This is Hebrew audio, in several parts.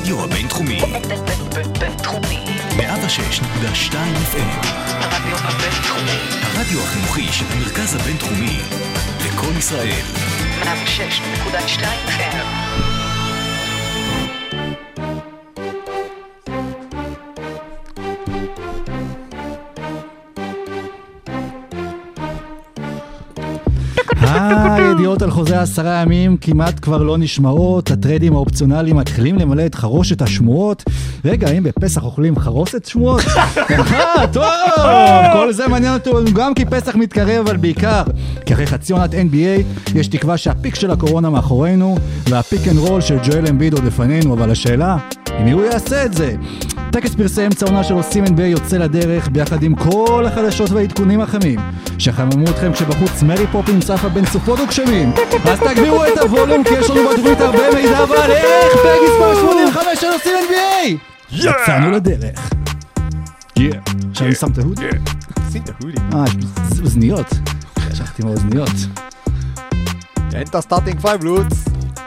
הרדיו הבינתחומי. בינתחומי. 106.2 FM. הרדיו הבינתחומי. הרדיו החינוכי של המרכז הבינתחומי. לכל ישראל. 106.2 FM. הידיעות על חוזה 10 ימים כמעט כבר לא נשמעות, הטריידים האופציונליים מתחילים למלא את חרושת השמועות. רגע, האם בפסח אוכלים חרוסת שמועות? טוב, כל זה מעניין אותנו גם כי פסח מתקרב, אבל בעיקר כי אחרי חצי עונת NBA יש תקווה שהפיק של הקורונה מאחורינו והפיק אנד רול של ג'ואל אמביד עוד לפנינו, אבל השאלה אם הוא יעשה את זה. טקס פרסי אמצע עונה של עושים NBA יוצא לדרך ביחד עם כל החדשות והעדכונים החמים שחממו אתכם כשבחוץ מרי פופין צפה בין סופות וגשמים. אז תגבירו את הוולום כי יש לנו בתוכנית הרבה מידע, אבל איך פרק מספר 85 של עושים NBA יצאנו לדרך. עכשיו אני שם את ההוד? שים את ההודי. יש אוזניות, חשבתי מהאוזניות. אין את הסטארטינג 5 לוץ.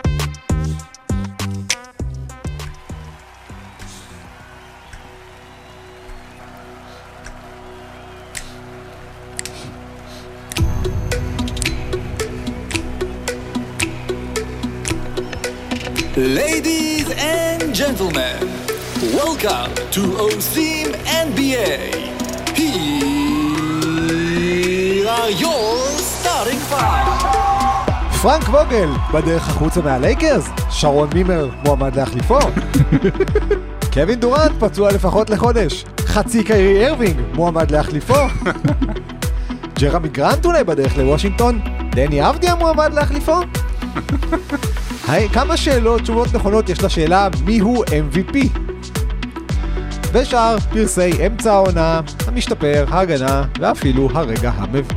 Ladies and gentlemen, welcome to OSIM NBA. Here are your starting five. פרנק ווגל בדרך החוצה מהלייקרס, שרון מימר מועמד להחליפו, קווין דורנט פצוע לפחות לחודש, חצי קיירי ארווינג מועמד להחליפו, ג'רמי גרנט אולי בדרך לוושינגטון, דני אבדיה מועמד להחליפו. כמה שאלות, תשובות נכונות יש לשאלה מי הוא MVP. ושאר פרסי אמצע העונה, המשתפר, ההגנה ואפילו הרגע המביך.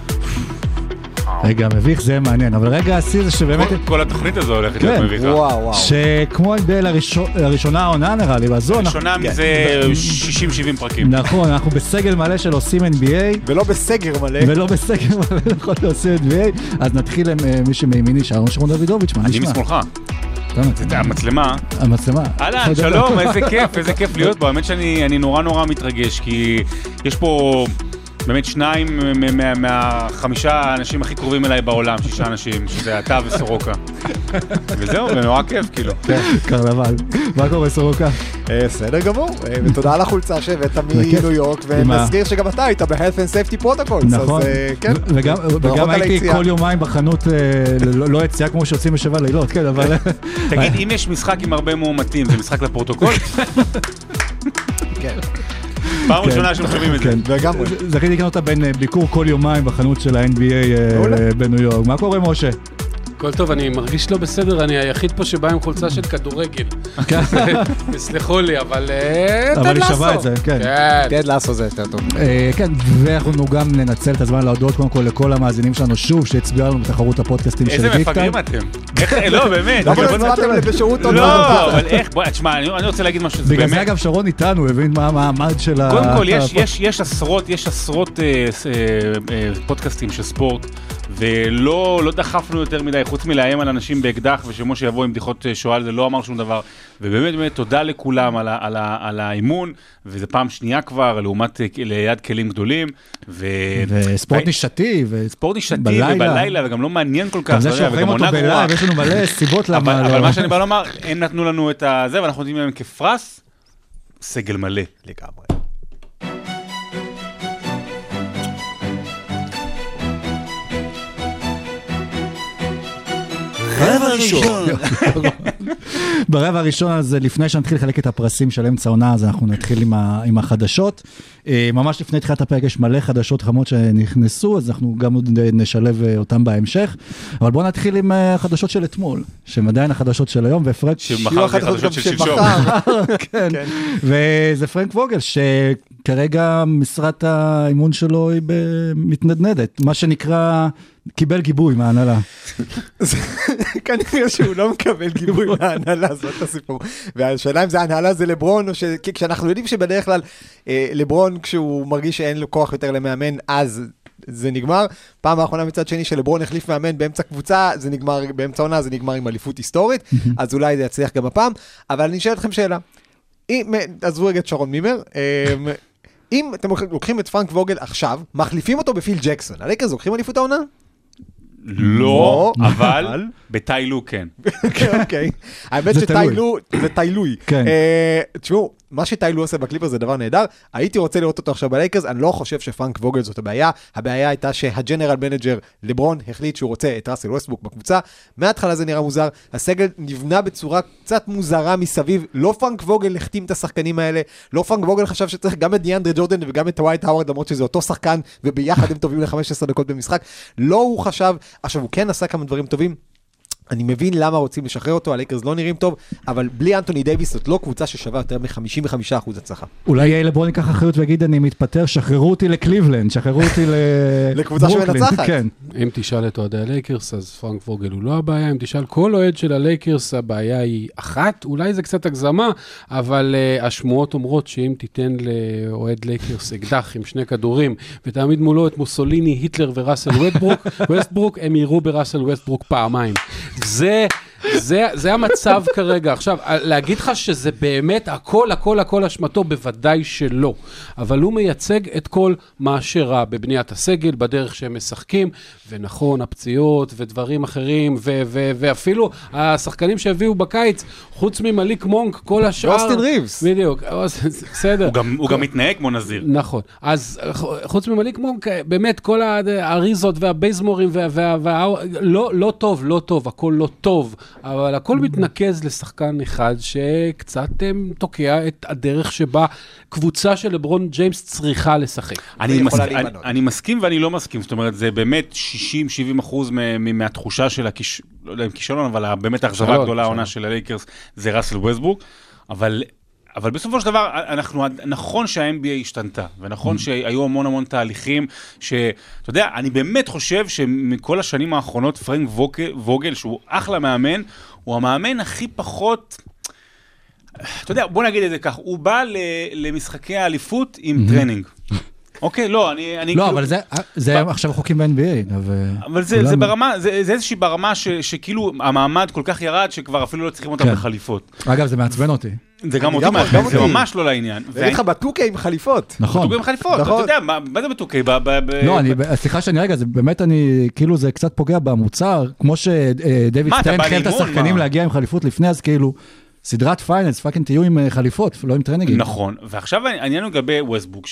רגע המביך זה מעניין, אבל רגע השיא זה שבאמת כל התוכנית הזו הולכת להיות מביכה. וואו. שכמו NBA הראשונה העונה נראה לי, הראשונה מזה 60-70 פרקים. נכון, אנחנו בסגל מלא של עושים NBA ולא בסגר מלא. נכון, עושים NBA. אז נתחיל עם מי שמימיני, שרון דוידוביץ', מה נשמע? אני משמאלך. המצלמה. אהלן, שלום, איזה כיף להיות בו. האמת שאני נורא מתרגש, כי יש פה באמת 2 מה5 האנשים הכי קרובים אליי בעולם, 6 אנשים, שזה אתה וסורוקה. וזהו, ונורא כיף, כאילו. קרנבל. מה קורה, סורוקה? בסדר גמור, ותודה על החולצה שהבאת מניו יורק, ונזכיר שגם אתה היית ב-Health and Safety Protocols. נכון, וגם הייתי כל יומיים בחנות, לא יציאה כמו שעושים בשבע לילות, כן, אבל... תגיד, אם יש משחק עם הרבה מאומתים, זה משחק לפרוטוקול? כן. פעם ראשונה שמשווים את זה. לגמרי. זכיתי לקנות אותה בין ביקור כל יומיים בחנות של ה-NBA בניו יורק. מה קורה, משה? הכל טוב, אני מרגיש לא בסדר, אני היחיד פה שבא עם חולצה של כדורגל. תסלחו לי, אבל תד היא שווה את זה, כן. תד לעשות זה יותר טוב. כן, ואנחנו גם ננצל את הזמן להודות קודם כל לכל המאזינים שלנו שוב, שהצביעו לנו בתחרות הפודקאסטים של איזה מפגרים אתם? לא, באמת. למה לא הצבעתם בשירות עוד לא, אבל איך, בוא, תשמע, אני רוצה להגיד משהו. בגלל זה אגב שרון איתנו, הבין מה המעמד של ה... קודם כל, יש עשרות פודקאסטים של ספורט, ולא דחפנו יותר מדי, חוץ מלאיים על אנשים באקדח, ושמשה יבוא עם בדיחות שואל, זה לא אמר שום דבר. ובאמת, תודה לכולם על האימון, וזה פעם שנייה כבר, לעומת ליד כלים גדולים. וספורט נשתי. ספורט נשתי ובלילה, וגם לא מעניין כל כך. זה שאוכלים אותו בלילה, יש לנו מלא סיבות למה... אבל מה שאני בא לומר, הם נתנו לנו את זה, ואנחנו נותנים להם כפרס, סגל מלא. לגמרי. רבע ראשון. ברבע הראשון הזה, לפני שנתחיל לחלק את הפרסים של אמצע עונה, אז אנחנו נתחיל עם החדשות. ממש לפני תחילת הפרק יש מלא חדשות חמות שנכנסו, אז אנחנו גם נשלב אותם בהמשך. אבל בואו נתחיל עם החדשות של אתמול, שהן עדיין החדשות של היום, ופרנק... שמחר זה חדשות של שלשום. כן, וזה פרנק ווגל, שכרגע משרת האימון שלו היא מתנדנדת, מה שנקרא... קיבל גיבוי מההנהלה. כנראה שהוא לא מקבל גיבוי מההנהלה, זאת הסיפור. והשאלה אם זה ההנהלה זה לברון, או כשאנחנו יודעים שבדרך כלל לברון, כשהוא מרגיש שאין לו כוח יותר למאמן, אז זה נגמר. פעם האחרונה מצד שני שלברון החליף מאמן באמצע קבוצה, זה נגמר, באמצע עונה זה נגמר עם אליפות היסטורית, אז אולי זה יצליח גם הפעם, אבל אני אשאל אתכם שאלה. עזבו רגע את שרון מימר, אם אתם לוקחים את פרנק ווגל עכשיו, מחליפים אותו בפיל ג'קסון, הלייקרס לוקחים אליפות העונה? לא, אבל בטיילו כן. אוקיי. האמת שטיילו, זה טיילוי. תשמעו, מה שטיילו עושה בקליפר זה דבר נהדר, הייתי רוצה לראות אותו עכשיו בלייקרס, אני לא חושב שפרנק ווגל זאת הבעיה, הבעיה הייתה שהג'נרל מנג'ר לברון החליט שהוא רוצה את ראסל ווסטברוק בקבוצה, מההתחלה זה נראה מוזר, הסגל נבנה בצורה קצת מוזרה מסביב, לא פרנק ווגל החתים את השחקנים האלה, לא פרנק ווגל חשב שצריך גם את דיאנדרה ג'ורדן וגם את ווייט האוורד, למרות שזה אותו שחקן, וביחד הם טובים ל-15 דקות במשחק, לא הוא חשב, עכשיו הוא כן עשה כמה דברים טובים, אני מבין למה רוצים לשחרר אותו, הלייקרס לא נראים טוב, אבל בלי אנטוני דייביס זאת לא קבוצה ששווה יותר מ-55% הצלחה. אולי לברון ייקח אחריות ויגיד, אני מתפטר, שחררו אותי לקליבלנד, שחררו אותי לקבוצה שמנצחת. כן. אם תשאל את אוהדי הלייקרס, אז פרנק ווגל הוא לא הבעיה, אם תשאל כל אוהד של הלייקרס, הבעיה היא אחת, אולי זה קצת הגזמה, אבל השמועות אומרות שאם תיתן לאוהד לייקרס אקדח עם 2 כדורים, ותעמיד מולו את מוסוליני, היטלר וראסל ווסטברוק, הם יראו בראסל ווסטברוק פעמיים. זה המצב כרגע. עכשיו, להגיד לך שזה באמת הכל אשמתו, בוודאי שלא. אבל הוא מייצג את כל מה שרע בבניית הסגל, בדרך שהם משחקים, ונכון, הפציעות ודברים אחרים, ואפילו השחקנים שהביאו בקיץ, חוץ ממליק מונק, כל השאר... אוסטין ריבס. בדיוק, בסדר. הוא גם מתנהג כמו נזיר. נכון. אז חוץ ממליק מונק, באמת כל האריזות והבייזמורים, לא טוב, הכל לא טוב. אבל הכל מתנקז לשחקן אחד שקצת תוקע את הדרך שבה קבוצה של לברון ג'יימס צריכה לשחק. אני מסכים ואני לא מסכים, זאת אומרת, זה באמת 60-70% מהתחושה של לא יודע אם כישלון, אבל באמת האכזבה הגדולה העונה של הלייקרס זה ראסל ווסטברוק, אבל בסופו של דבר, נכון שה-NBA השתנתה, ונכון שהיו המון תהליכים, שאתה יודע, אני באמת חושב שמכל השנים האחרונות, פרנק ווגל, שהוא אחלה מאמן, הוא המאמן הכי פחות, אתה יודע, בוא נגיד את זה כך, הוא בא למשחקי האליפות עם טרנינג. אוקיי, לא, אני... לא, אבל זה עכשיו חוקים ב-NBA. אבל זה ברמה, זה איזושהי ברמה שכאילו המעמד כל כך ירד, שכבר אפילו לא צריכים אותם בחליפות. אגב, זה מעצבן אותי. זה גם אותי מעצבן, זה ממש לא לעניין. ואין לך בטוקי עם חליפות. נכון. בטוקי עם חליפות, אתה יודע, מה זה בטוקי? לא, סליחה שאני רגע, זה באמת כאילו זה קצת פוגע במוצר, כמו שדייוויד סטרן חייב את השחקנים להגיע עם חליפות לפני, אז כאילו... סדרת פיינלס, פאקינג תהיו עם חליפות, לא עם טרנינגים. נכון, ועכשיו העניין הוא לגבי ווסטברוק,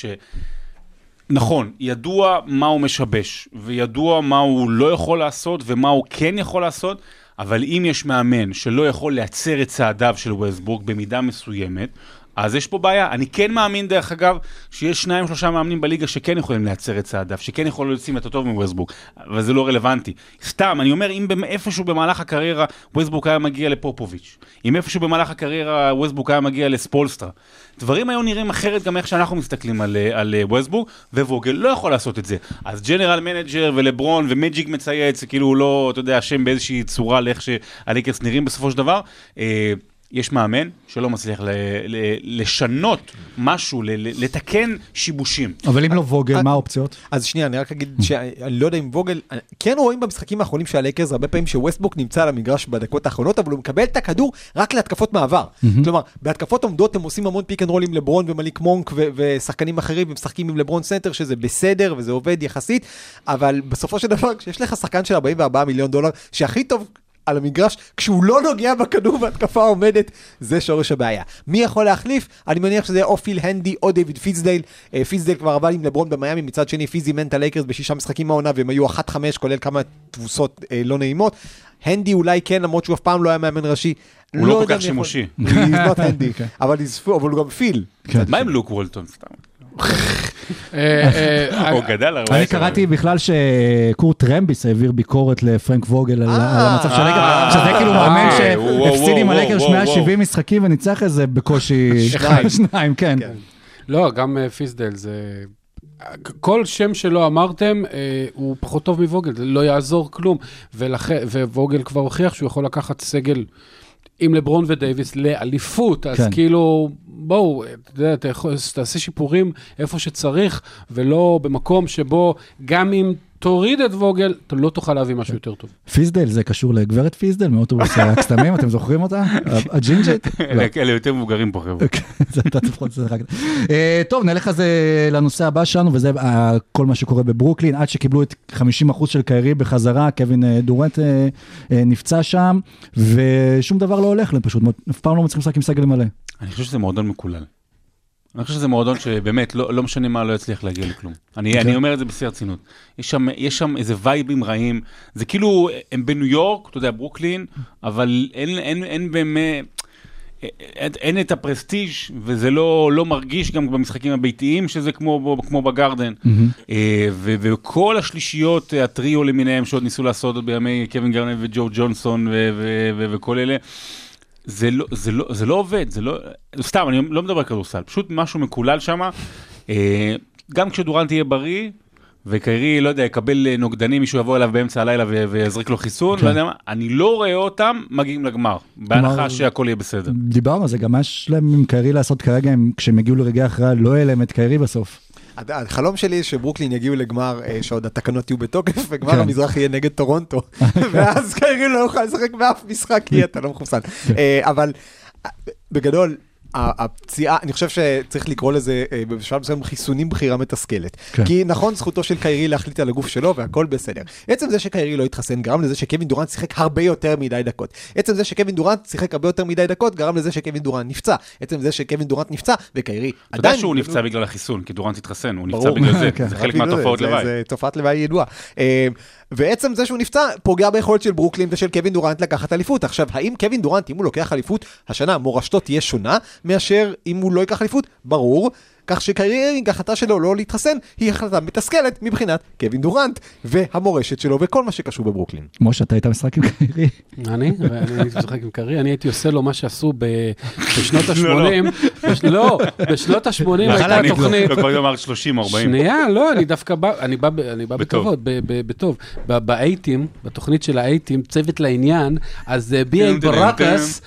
נכון, ידוע מה הוא משבש, וידוע מה הוא לא יכול לעשות, ומה הוא כן יכול לעשות, אבל אם יש מאמן שלא יכול לייצר את צעדיו של ווסטברוק במידה מסוימת, אז יש פה בעיה. אני כן מאמין, דרך אגב, שיש 2-3 מאמנים בליגה שכן יכולים לייצר את צעדיו, שכן יכולים לשים את הטוב מווסטברוק, אבל זה לא רלוונטי. סתם, אני אומר, אם איפשהו במהלך הקריירה ווסטברוק היה מגיע לפופוביץ', אם איפשהו במהלך הקריירה ווסטברוק היה מגיע לספולסטרה, דברים היו נראים אחרת גם איך שאנחנו מסתכלים על ווסטברוק, וווגל לא יכול לעשות את זה. אז ג'נרל מנג'ר ולברון ומג'יק מצייץ, כאילו הוא לא, אתה יודע, השם באיזושהי צורה לאיך שהלייקרס נראים בסופו של דבר. יש מאמן שלא מצליח לשנות משהו, לתקן שיבושים. אבל אם לא ווגל, מה האופציות? אז שנייה, אני רק אגיד שאני לא יודע אם ווגל, כן רואים במשחקים האחרונים של הלייקרס, הרבה פעמים שווסטברוק נמצא על המגרש בדקות האחרונות, אבל הוא מקבל את הכדור רק להתקפות מעבר. כלומר, בהתקפות עומדות הם עושים המון פיק אנד רול עם לברון ומליק מונק ושחקנים אחרים, ומשחקים עם לברון סנטר, שזה בסדר וזה עובד יחסית, אבל בסופו של דבר, כשיש לך שחקן של $44 מיליון, שהכי טוב על המגרש, כשהוא לא נוגע בכדור והתקפה עומדת, זה שורש הבעיה. מי יכול להחליף? אני מניח שזה או פיל הנדי או דיוויד פיזדייל. פיזדייל כבר עבד עם לברון במיימי, מצד שני פיזי מנט הלייקרס ב6 משחקים מהעונה, והם היו 1-5, כולל כמה תבוסות לא נעימות. הנדי אולי כן, למרות שהוא אף פעם לא היה מאמן ראשי. הוא לא כל כך שימושי. He's not הנדי, אבל הוא גם פיל. מה עם לוק וולטון? סתם. אני קראתי בכלל שקורט רמביס העביר ביקורת לפרנק ווגל על המצב של הלייקרס, שזה כאילו מאמן שהפסיד עם הלייקרס 170 משחקים וניצח איזה בקושי 2, כן. לא, גם פיזדל זה... כל שם שלא אמרתם הוא פחות טוב מווגל, זה לא יעזור כלום, וווגל כבר הוכיח שהוא יכול לקחת סגל עם לברון ודייביס לאליפות, אז כאילו, בואו, תעשה שיפורים איפה שצריך, ולא במקום שבו גם אם תוריד את ווגל, אתה לא תוכל להביא משהו יותר טוב. פיסדל, זה קשור לגברת פיסדל, מאוטובוס הקסמים, אתם זוכרים אותה? הג'ינג'ית? אלה יותר מבוגרים פה, חבר'ה. טוב, נלך אז לנושא הבא שלנו, וזה כל מה שקורה בברוקלין, עד שקיבלו את 50% של קיירי בחזרה, קווין דורנט נפצע שם, ושום דבר לא הולך להם פשוט, אף פעם לא מצליחים לשחק עם סגל מלא. אני חושב שזה מועדון מקולל. אני חושב שזה מועדון שבאמת לא משנה מה לא יצליח להגיע לכלום. אני אומר את זה בשיא הרצינות. יש שם איזה וייבים רעים. זה כאילו, הם בניו יורק, אתה יודע, ברוקלין, אבל אין באמת, אין את הפרסטיג' וזה לא מרגיש גם במשחקים הביתיים, שזה כמו בגרדן. וכל השלישיות, הטריו למיניהם שעוד ניסו לעשות עוד בימי קווין גרנט וג'ו ג'ונסון וכל אלה, זה לא עובד, סתם, אני לא מדבר כדורסל, פשוט משהו מקולל שם, גם כשדורנט יהיה בריא, וקיירי, לא יודע, יקבל נוגדנים, מישהו יבוא אליו באמצע הלילה ויזריק לו חיסון, לא יודע מה, אני לא רואה אותם מגיעים לגמר, בהנחה שהכל יהיה בסדר. דיברנו על זה, גם יש להם עם קיירי לעשות כרגע, כשהם הגיעו לרגעי אחרי, לא יהיה להם את קיירי בסוף. החלום שלי שברוקלין יגיעו לגמר, שעוד התקנות יהיו בתוקף, וגמר המזרח יהיה נגד טורונטו, ואז קיירי לא יוכל לשחק באף משחק, כי אתה לא מחוסן. אבל בגדול, הפציעה, אני חושב שצריך לקרוא לזה בשלב מסוים חיסונים בחירה מתסכלת. כי נכון, זכותו של קיירי להחליט על הגוף שלו, והכל בסדר. עצם זה שקיירי לא התחסן, גרם לזה שקווין דורנט שיחק הרבה יותר מדי דקות. עצם זה שקווין דורנט שיחק הרבה יותר מדי דקות, גרם לזה שקווין דורנט נפצע. עצם זה שקווין דורנט נפצע, וקיירי עדיין... אתה יודע שהוא נפצע בגלל החיסון, כי דורנט התחסן, הוא נפצע בגלל זה. זה חלק מהתופעות לוואי. זה תופעת לוואי ידועה. ועצם זה שהוא נפצע, פוגע ביכולת של ברוקלין ושל קווין דורנט לקחת אליפות. עכשיו, האם קווין דורנט, אם הוא לוקח אליפות, השנה מורשתו תהיה שונה מאשר אם הוא לא ייקח אליפות? ברור. כך שקיירי, החלטה שלו לא להתחסן, היא החלטה מתסכלת מבחינת קווין דורנט והמורשת שלו וכל מה שקשור בברוקלין. משה, אתה היית משחק עם קיירי? אני הייתי משחק עם קיירי, אני הייתי עושה לו מה שעשו בשנות ה-80. לא, בשנות ה-80 הייתה תוכנית. לא, כבר אמרת 30-40. שנייה, לא, אני דווקא בא, אני בא בכבוד, בטוב. באייטים, בתוכנית של האייטים, צוות לעניין, אז בי.איי ברקס,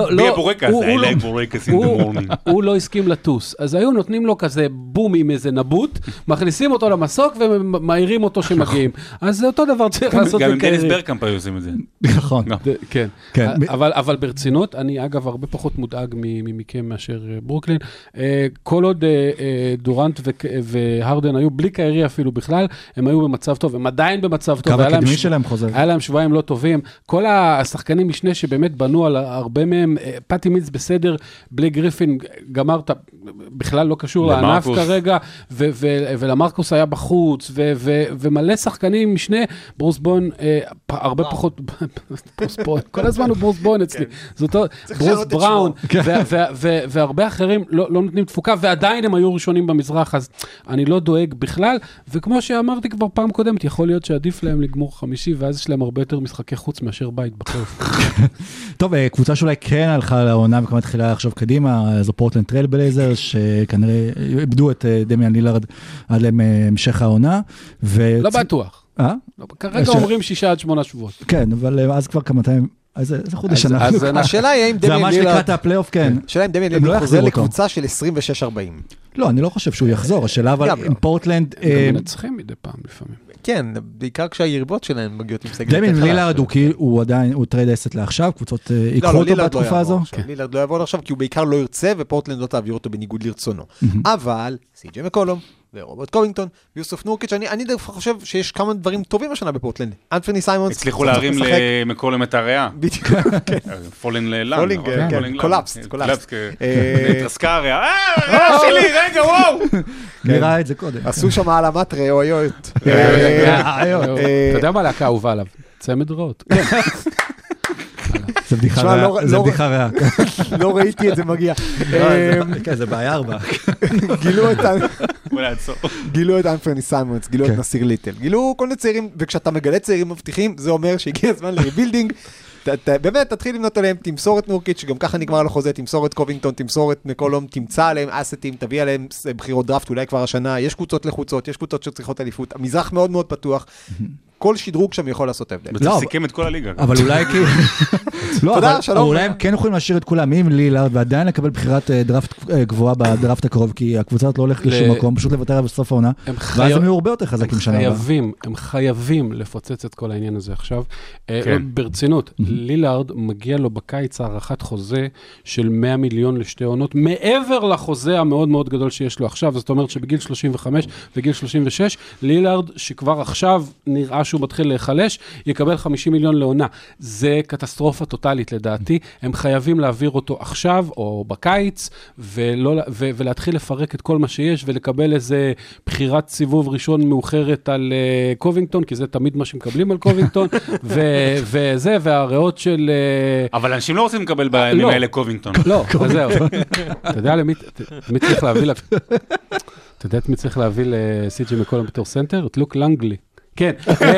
הוא לא הסכים לטוס. אז היו נותנים לו כזה בום עם איזה נבוט, מכניסים אותו למסוק ומאירים אותו שמגיעים. אז זה אותו דבר צריך לעשות גם עם דניס ברקאמפ היו עושים את זה. נכון. כן. אבל ברצינות, אני אגב הרבה פחות מודאג מכם מאשר ברוקלין. כל עוד דורנט והרדן היו בלי קיירי אפילו בכלל, הם היו במצב טוב, הם עדיין במצב טוב. קו הקדמי שלהם חוזר. היה להם שבועיים לא טובים. כל השחקנים משנה שבאמת בנו על הרבה מהם, פאטי מיץ בסדר, בלי גריפין גמרת, בכלל לא קשור לענף כרגע, ולמרקוס היה בחוץ, ומלא שחקנים משנה, ברוס בוין, הרבה פחות, כל הזמן הוא ברוס בוין אצלי, ברוס בראון, והרבה אחרים לא נותנים תפוקה, ועדיין הם היו ראשונים במזרח, אז אני לא דואג בכלל, וכמו שאמרתי כבר פעם קודמת, יכול להיות שעדיף להם לגמור חמישי, ואז יש להם הרבה יותר משחקי חוץ מאשר בית בחוף. טוב, קבוצה שאולי כן הלכה לעונה, וכמה התחילה לחשוב קדימה, זו פורטלנד טרייל בלייזר, שכנראה איבדו את דמיאן לילארד עד להמשך העונה. לא בטוח. כרגע אומרים 6-8 שבועות. כן, אבל אז כבר כמתיים, אז זה חודש שנה. השאלה היא אם זה ממש לקראת הפלייאוף, כן. השאלה אם דמיאן לילארד חוזר לקבוצה של 26-40. לא, אני לא חושב שהוא יחזור. השאלה אבל עם פורטלנד... הם מנצחים מדי פעם לפעמים. כן, בעיקר כשהיריבות שלהם מגיעות עם סגל. דמיאן לילארד הוא עדיין, הוא טרייד אסט לעכשיו, קבוצות ייקחו אותו בתקופה הזו. לילארד לא יעבור עכשיו, כי הוא בעיקר לא ירצה, ופורטלנד לא תעביר אותו בניגוד לרצונו. אבל, סי.ג'יי מקולום, ורוברט קובינגטון, ויוסוף נורקיץ', אני דווקא חושב שיש כמה דברים טובים השנה בפורטלנד. אנתוני סיימונס. הצליחו להרים למקולום את הריאה. בדיוק, כן. פולן ללן. פולינג, כן. קולאפס. התרסקה הריאה. שלי, רגע, וואו. נראה את זה קודם. עשו שם העלמת ראויות. אתה יודע מה להקה אהובה עליו? צמד רעות. זה בדיחה ריאה. לא ראיתי את זה מגיע. כן, זה בעיה 4. גילו את אנתוני סיימונס, גילו את נסיר ליטל, גילו כל מיני צעירים, וכשאתה מגלה צעירים מבטיחים, זה אומר שהגיע הזמן לריבילדינג, באמת, תתחיל למנות עליהם, תמסור את נורקיץ', שגם ככה נגמר לחוזה, תמסור את קובינגטון, תמסור את מקולום, תמצא עליהם אסטים, תביא עליהם בחירות דראפט, אולי כבר השנה, יש קבוצות לחוצות, יש קבוצות שצריכות אליפות, המזרח מאוד מאוד פתוח, כל שדרוג שם יכול לעשות הבדל. וצריך סיכם את כל הליגה. אבל אולי כי... לא, תודה, אבל שלום. אולי הם כן יכולים להשאיר את כולם עם לילארד, ועדיין לקבל בחירת דראפט גבוהה בדראפט הקרוב, כי הקבוצה הזאת לא הולכת לשום מקום, פשוט לוותר עליו בסוף העונה, ואז הם יהיו הרבה יותר חזקים שנה הבאה. הם חייבים לפוצץ את כל העניין הזה עכשיו. ברצינות, לילארד מגיע לו בקיץ הערכת חוזה של 100 מיליון לשתי עונות, מעבר לחוזה המאוד מאוד גדול שיש לו עכשיו, זאת אומרת שבגיל 35 וגיל 36, לילארד שכבר עכשיו נראה שהוא מתחיל להיחלש, יקבל 50 מיליון לעונה. זה קטסטרופה טוטלית לדעתי, הם חייבים להעביר אותו עכשיו או בקיץ, ולהתחיל לפרק את כל מה שיש, ולקבל איזה בחירת סיבוב ראשון מאוחרת על קובינגטון, כי זה תמיד מה שמקבלים על קובינגטון, וזה, והריאות של... אבל אנשים לא רוצים לקבל בימים האלה קובינגטון. לא, אז זהו. אתה יודע למי צריך להביא אתה יודע מי צריך להביא לסי.ג'י מקולום בתור סנטר? את לוק לנגלי. כן.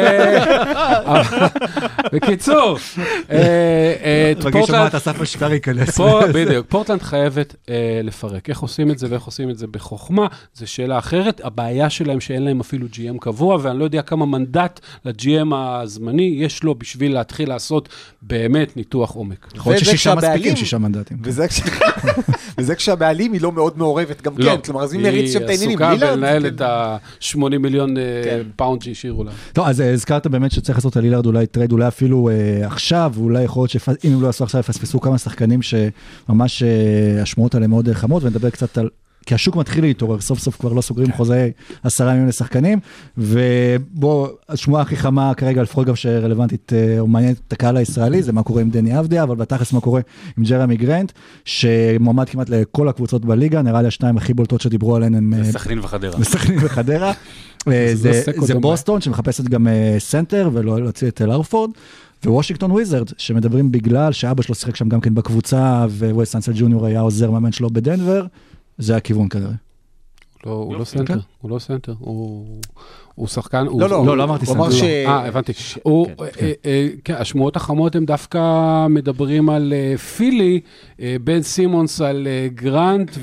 בקיצור, בגיל שמעת אסף השפר ייכנס. בדיוק, פורטלנד חייבת לפרק. איך עושים את זה ואיך עושים את זה בחוכמה, זו שאלה אחרת. הבעיה שלהם שאין להם אפילו GM קבוע, ואני לא יודע כמה מנדט ל-GM הזמני יש לו בשביל להתחיל לעשות באמת ניתוח עומק. יכול להיות ששישה מספיקים, 6 מנדטים. וזה כשהבעלים היא לא מאוד מעורבת גם כן, כלומר, אז מי מריץ שם את העניינים? היא עסוקה בלנהל את ה-80 מיליון פאונד שהשאירו לה. טוב, אז הזכרת באמת שצריך לעשות על לילארד אולי טרייד, אולי אפילו עכשיו, אולי יכול להיות שאם הם לא עשו עכשיו, יפספסו כמה שחקנים שממש השמועות עליהם מאוד חמות, ונדבר קצת על... כי השוק מתחיל להתעורר, סוף סוף כבר לא סוגרים חוזי 10 מיליון לשחקנים, ובוא, השמועה הכי חמה כרגע, לפחות גם שרלוונטית או מעניינת את הקהל הישראלי, זה מה קורה עם דני אבדיה, אבל בתכלס מה קורה עם ג'רמי גרנט, שמועמד כמעט לכל הקבוצות בליגה, נראה לי השתיים הכי בולטות שדיברו עליהן הם... סכנין וחדרה. וסכנין וחדרה. זה בוסטון, שמחפשת גם סנטר, ולא להוציא את לארפורד, ווושינגטון וויזרד, שמדברים בגלל שאבא שלו שיחק שם גם כן בקבוצה, ווייס אנסל ג'וניור היה עוזר מאמן שלו בדנבר, זה הכיוון כנראה. הוא לא סנטר, הוא לא סנטר, הוא שחקן, לא אמרתי סנטר. הבנתי. השמועות החמות הם דווקא מדברים על פילי, בן סימונס על גרנט,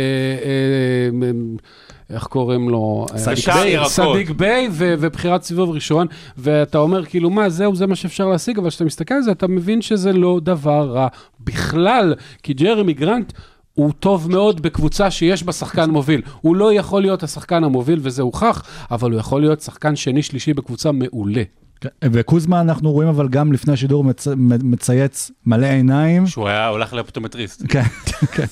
איך קוראים לו? סדיק ביי, ובחירת סיבוב ראשון, ואתה אומר כאילו מה, זה מה שאפשר להשיג, אבל כשאתה מסתכל על זה, אתה מבין שזה לא דבר רע בכלל, כי ג'רמי גרנט, הוא טוב מאוד בקבוצה שיש בה שחקן מוביל. הוא לא יכול להיות השחקן המוביל, וזה הוכח, אבל הוא יכול להיות שחקן שני שלישי בקבוצה מעולה. וקוזמה אנחנו רואים אבל גם לפני השידור מצייץ מלא עיניים. שהוא היה הולך לאופטומטריסט. כן, כן.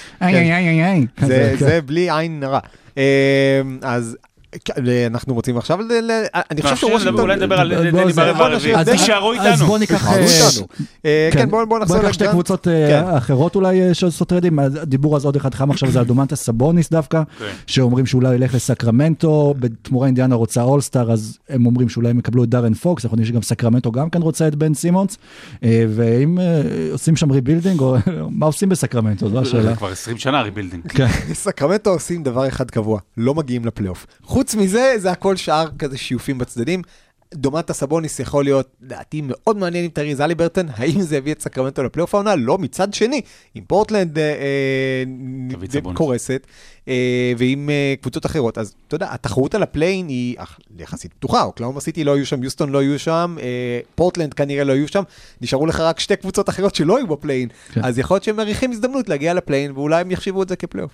זה בלי עין נראה. אז אנחנו רוצים עכשיו, אני חושב שוושינגטון... אולי נדבר על דני ברבע הרביעי. תישארו איתנו. אז בוא ניקח... כן, בוא נחזור שתי קבוצות אחרות אולי שעושות טריידים. הדיבור אז עוד אחד חם עכשיו זה על דומנטס סבוניס דווקא, שאומרים שאולי ילך לסקרמנטו, בתמורה אינדיאנה רוצה אולסטאר, אז הם אומרים שאולי הם יקבלו את דארן פוקס, אנחנו יודעים שגם סקרמנטו גם כן רוצה את בן סימונס, ואם עושים שם ריבילדינג, או מה עושים בסקרמנטו, זו השאלה. כבר 20 שנה ריבילדינג. סקרמנטו עושים דבר אחד קבוע, לא מגיעים לפלייאוף. חוץ מזה, זה הכל שאר כזה שיופים בצדדים. דומנטס סבוניס יכול להיות, דעתי מאוד מעניין עם טרי זליברטון, האם זה הביא את סקרמנטו לפלייאוף העונה? לא, מצד שני, עם פורטלנד קורסת, ועם קבוצות אחרות. אז אתה יודע, התחרות על הפליין היא יחסית פתוחה, אוקלהומה סיטי לא היו שם, יוסטון לא היו שם, פורטלנד כנראה לא היו שם, נשארו לך רק שתי קבוצות אחרות שלא היו בפליין, אז יכול להיות שהם מריחים הזדמנות להגיע לפליין, ואולי הם יחשיבו את זה כפלייאוף.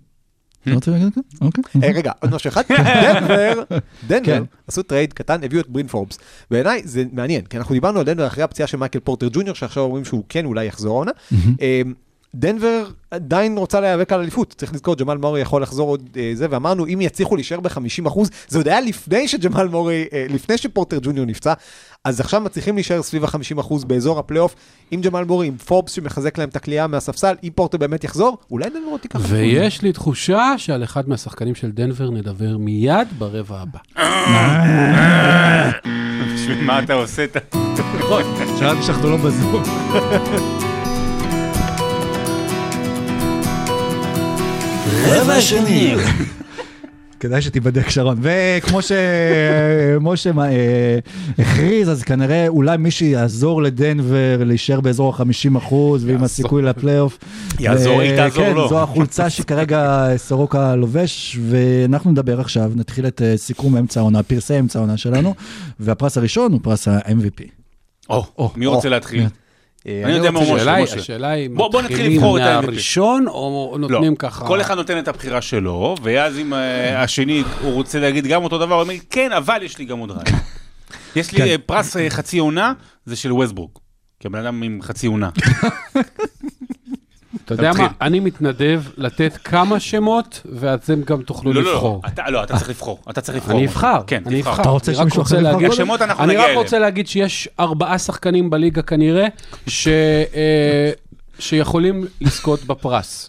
רגע, עוד משהו אחד, דנבר עשו טרייד קטן, הביאו את ברין פורבס, בעיניי זה מעניין, כי אנחנו דיברנו על דנבר אחרי הפציעה של מייקל פורטר ג'וניור, שעכשיו אומרים שהוא כן אולי יחזור עונה, דנבר עדיין רוצה להיאבק על אליפות, צריך לזכור, ג'מאל מורי יכול לחזור עוד זה, ואמרנו, אם יצליחו להישאר ב-50%, זה עוד היה לפני שג'מאל מורי, לפני שפורטר ג'וניור נפצע, אז עכשיו מצליחים להישאר סביב ה-50% באזור הפלייאוף, עם ג'מאל מורי, עם פורבס שמחזק להם את הקליעה מהספסל, אם פורטר באמת יחזור, אולי דנבר תיקח. ויש לי תחושה שעל אחד מהשחקנים של דנבר נדבר מיד ברבע הבא. בשביל מה אתה עושה את זה? שאלתי שאנחנו לא בזום. רבע שני. כדאי שתיבדק שרון, וכמו שמשה הכריז, אז כנראה אולי מישהו יעזור לדנבר להישאר באזור ה-50%, ועם הסיכוי לפלייאוף. יעזור, היא תעזור לו. כן, זו החולצה שכרגע סורוקה לובש, ואנחנו נדבר עכשיו, נתחיל את סיכום אמצע העונה, פרסי אמצע העונה שלנו, והפרס הראשון הוא פרס ה-MVP. מי רוצה להתחיל? אני יודע מה משה. השאלה היא, בוא נתחיל לבחור את ה-MVP. מהראשון, או נותנים ככה? כל אחד נותן את הבחירה שלו, ואז אם השני, הוא רוצה להגיד גם אותו דבר, הוא אומר, כן, אבל יש לי גם עוד רעיון. יש לי פרס חצי עונה, זה של ווסטברוק. כי הבן אדם עם חצי עונה. אתה יודע מה? אני מתנדב לתת כמה שמות, ואתם גם תוכלו לבחור. לא, אתה צריך לבחור. אני אבחר. כן, אני תבחר. אתה רוצה שמישהו אחר לבחור? השמות אנחנו אני נגיע רק אליהם. רוצה להגיד שיש 4 שחקנים בליגה כנראה, שיכולים לזכות בפרס.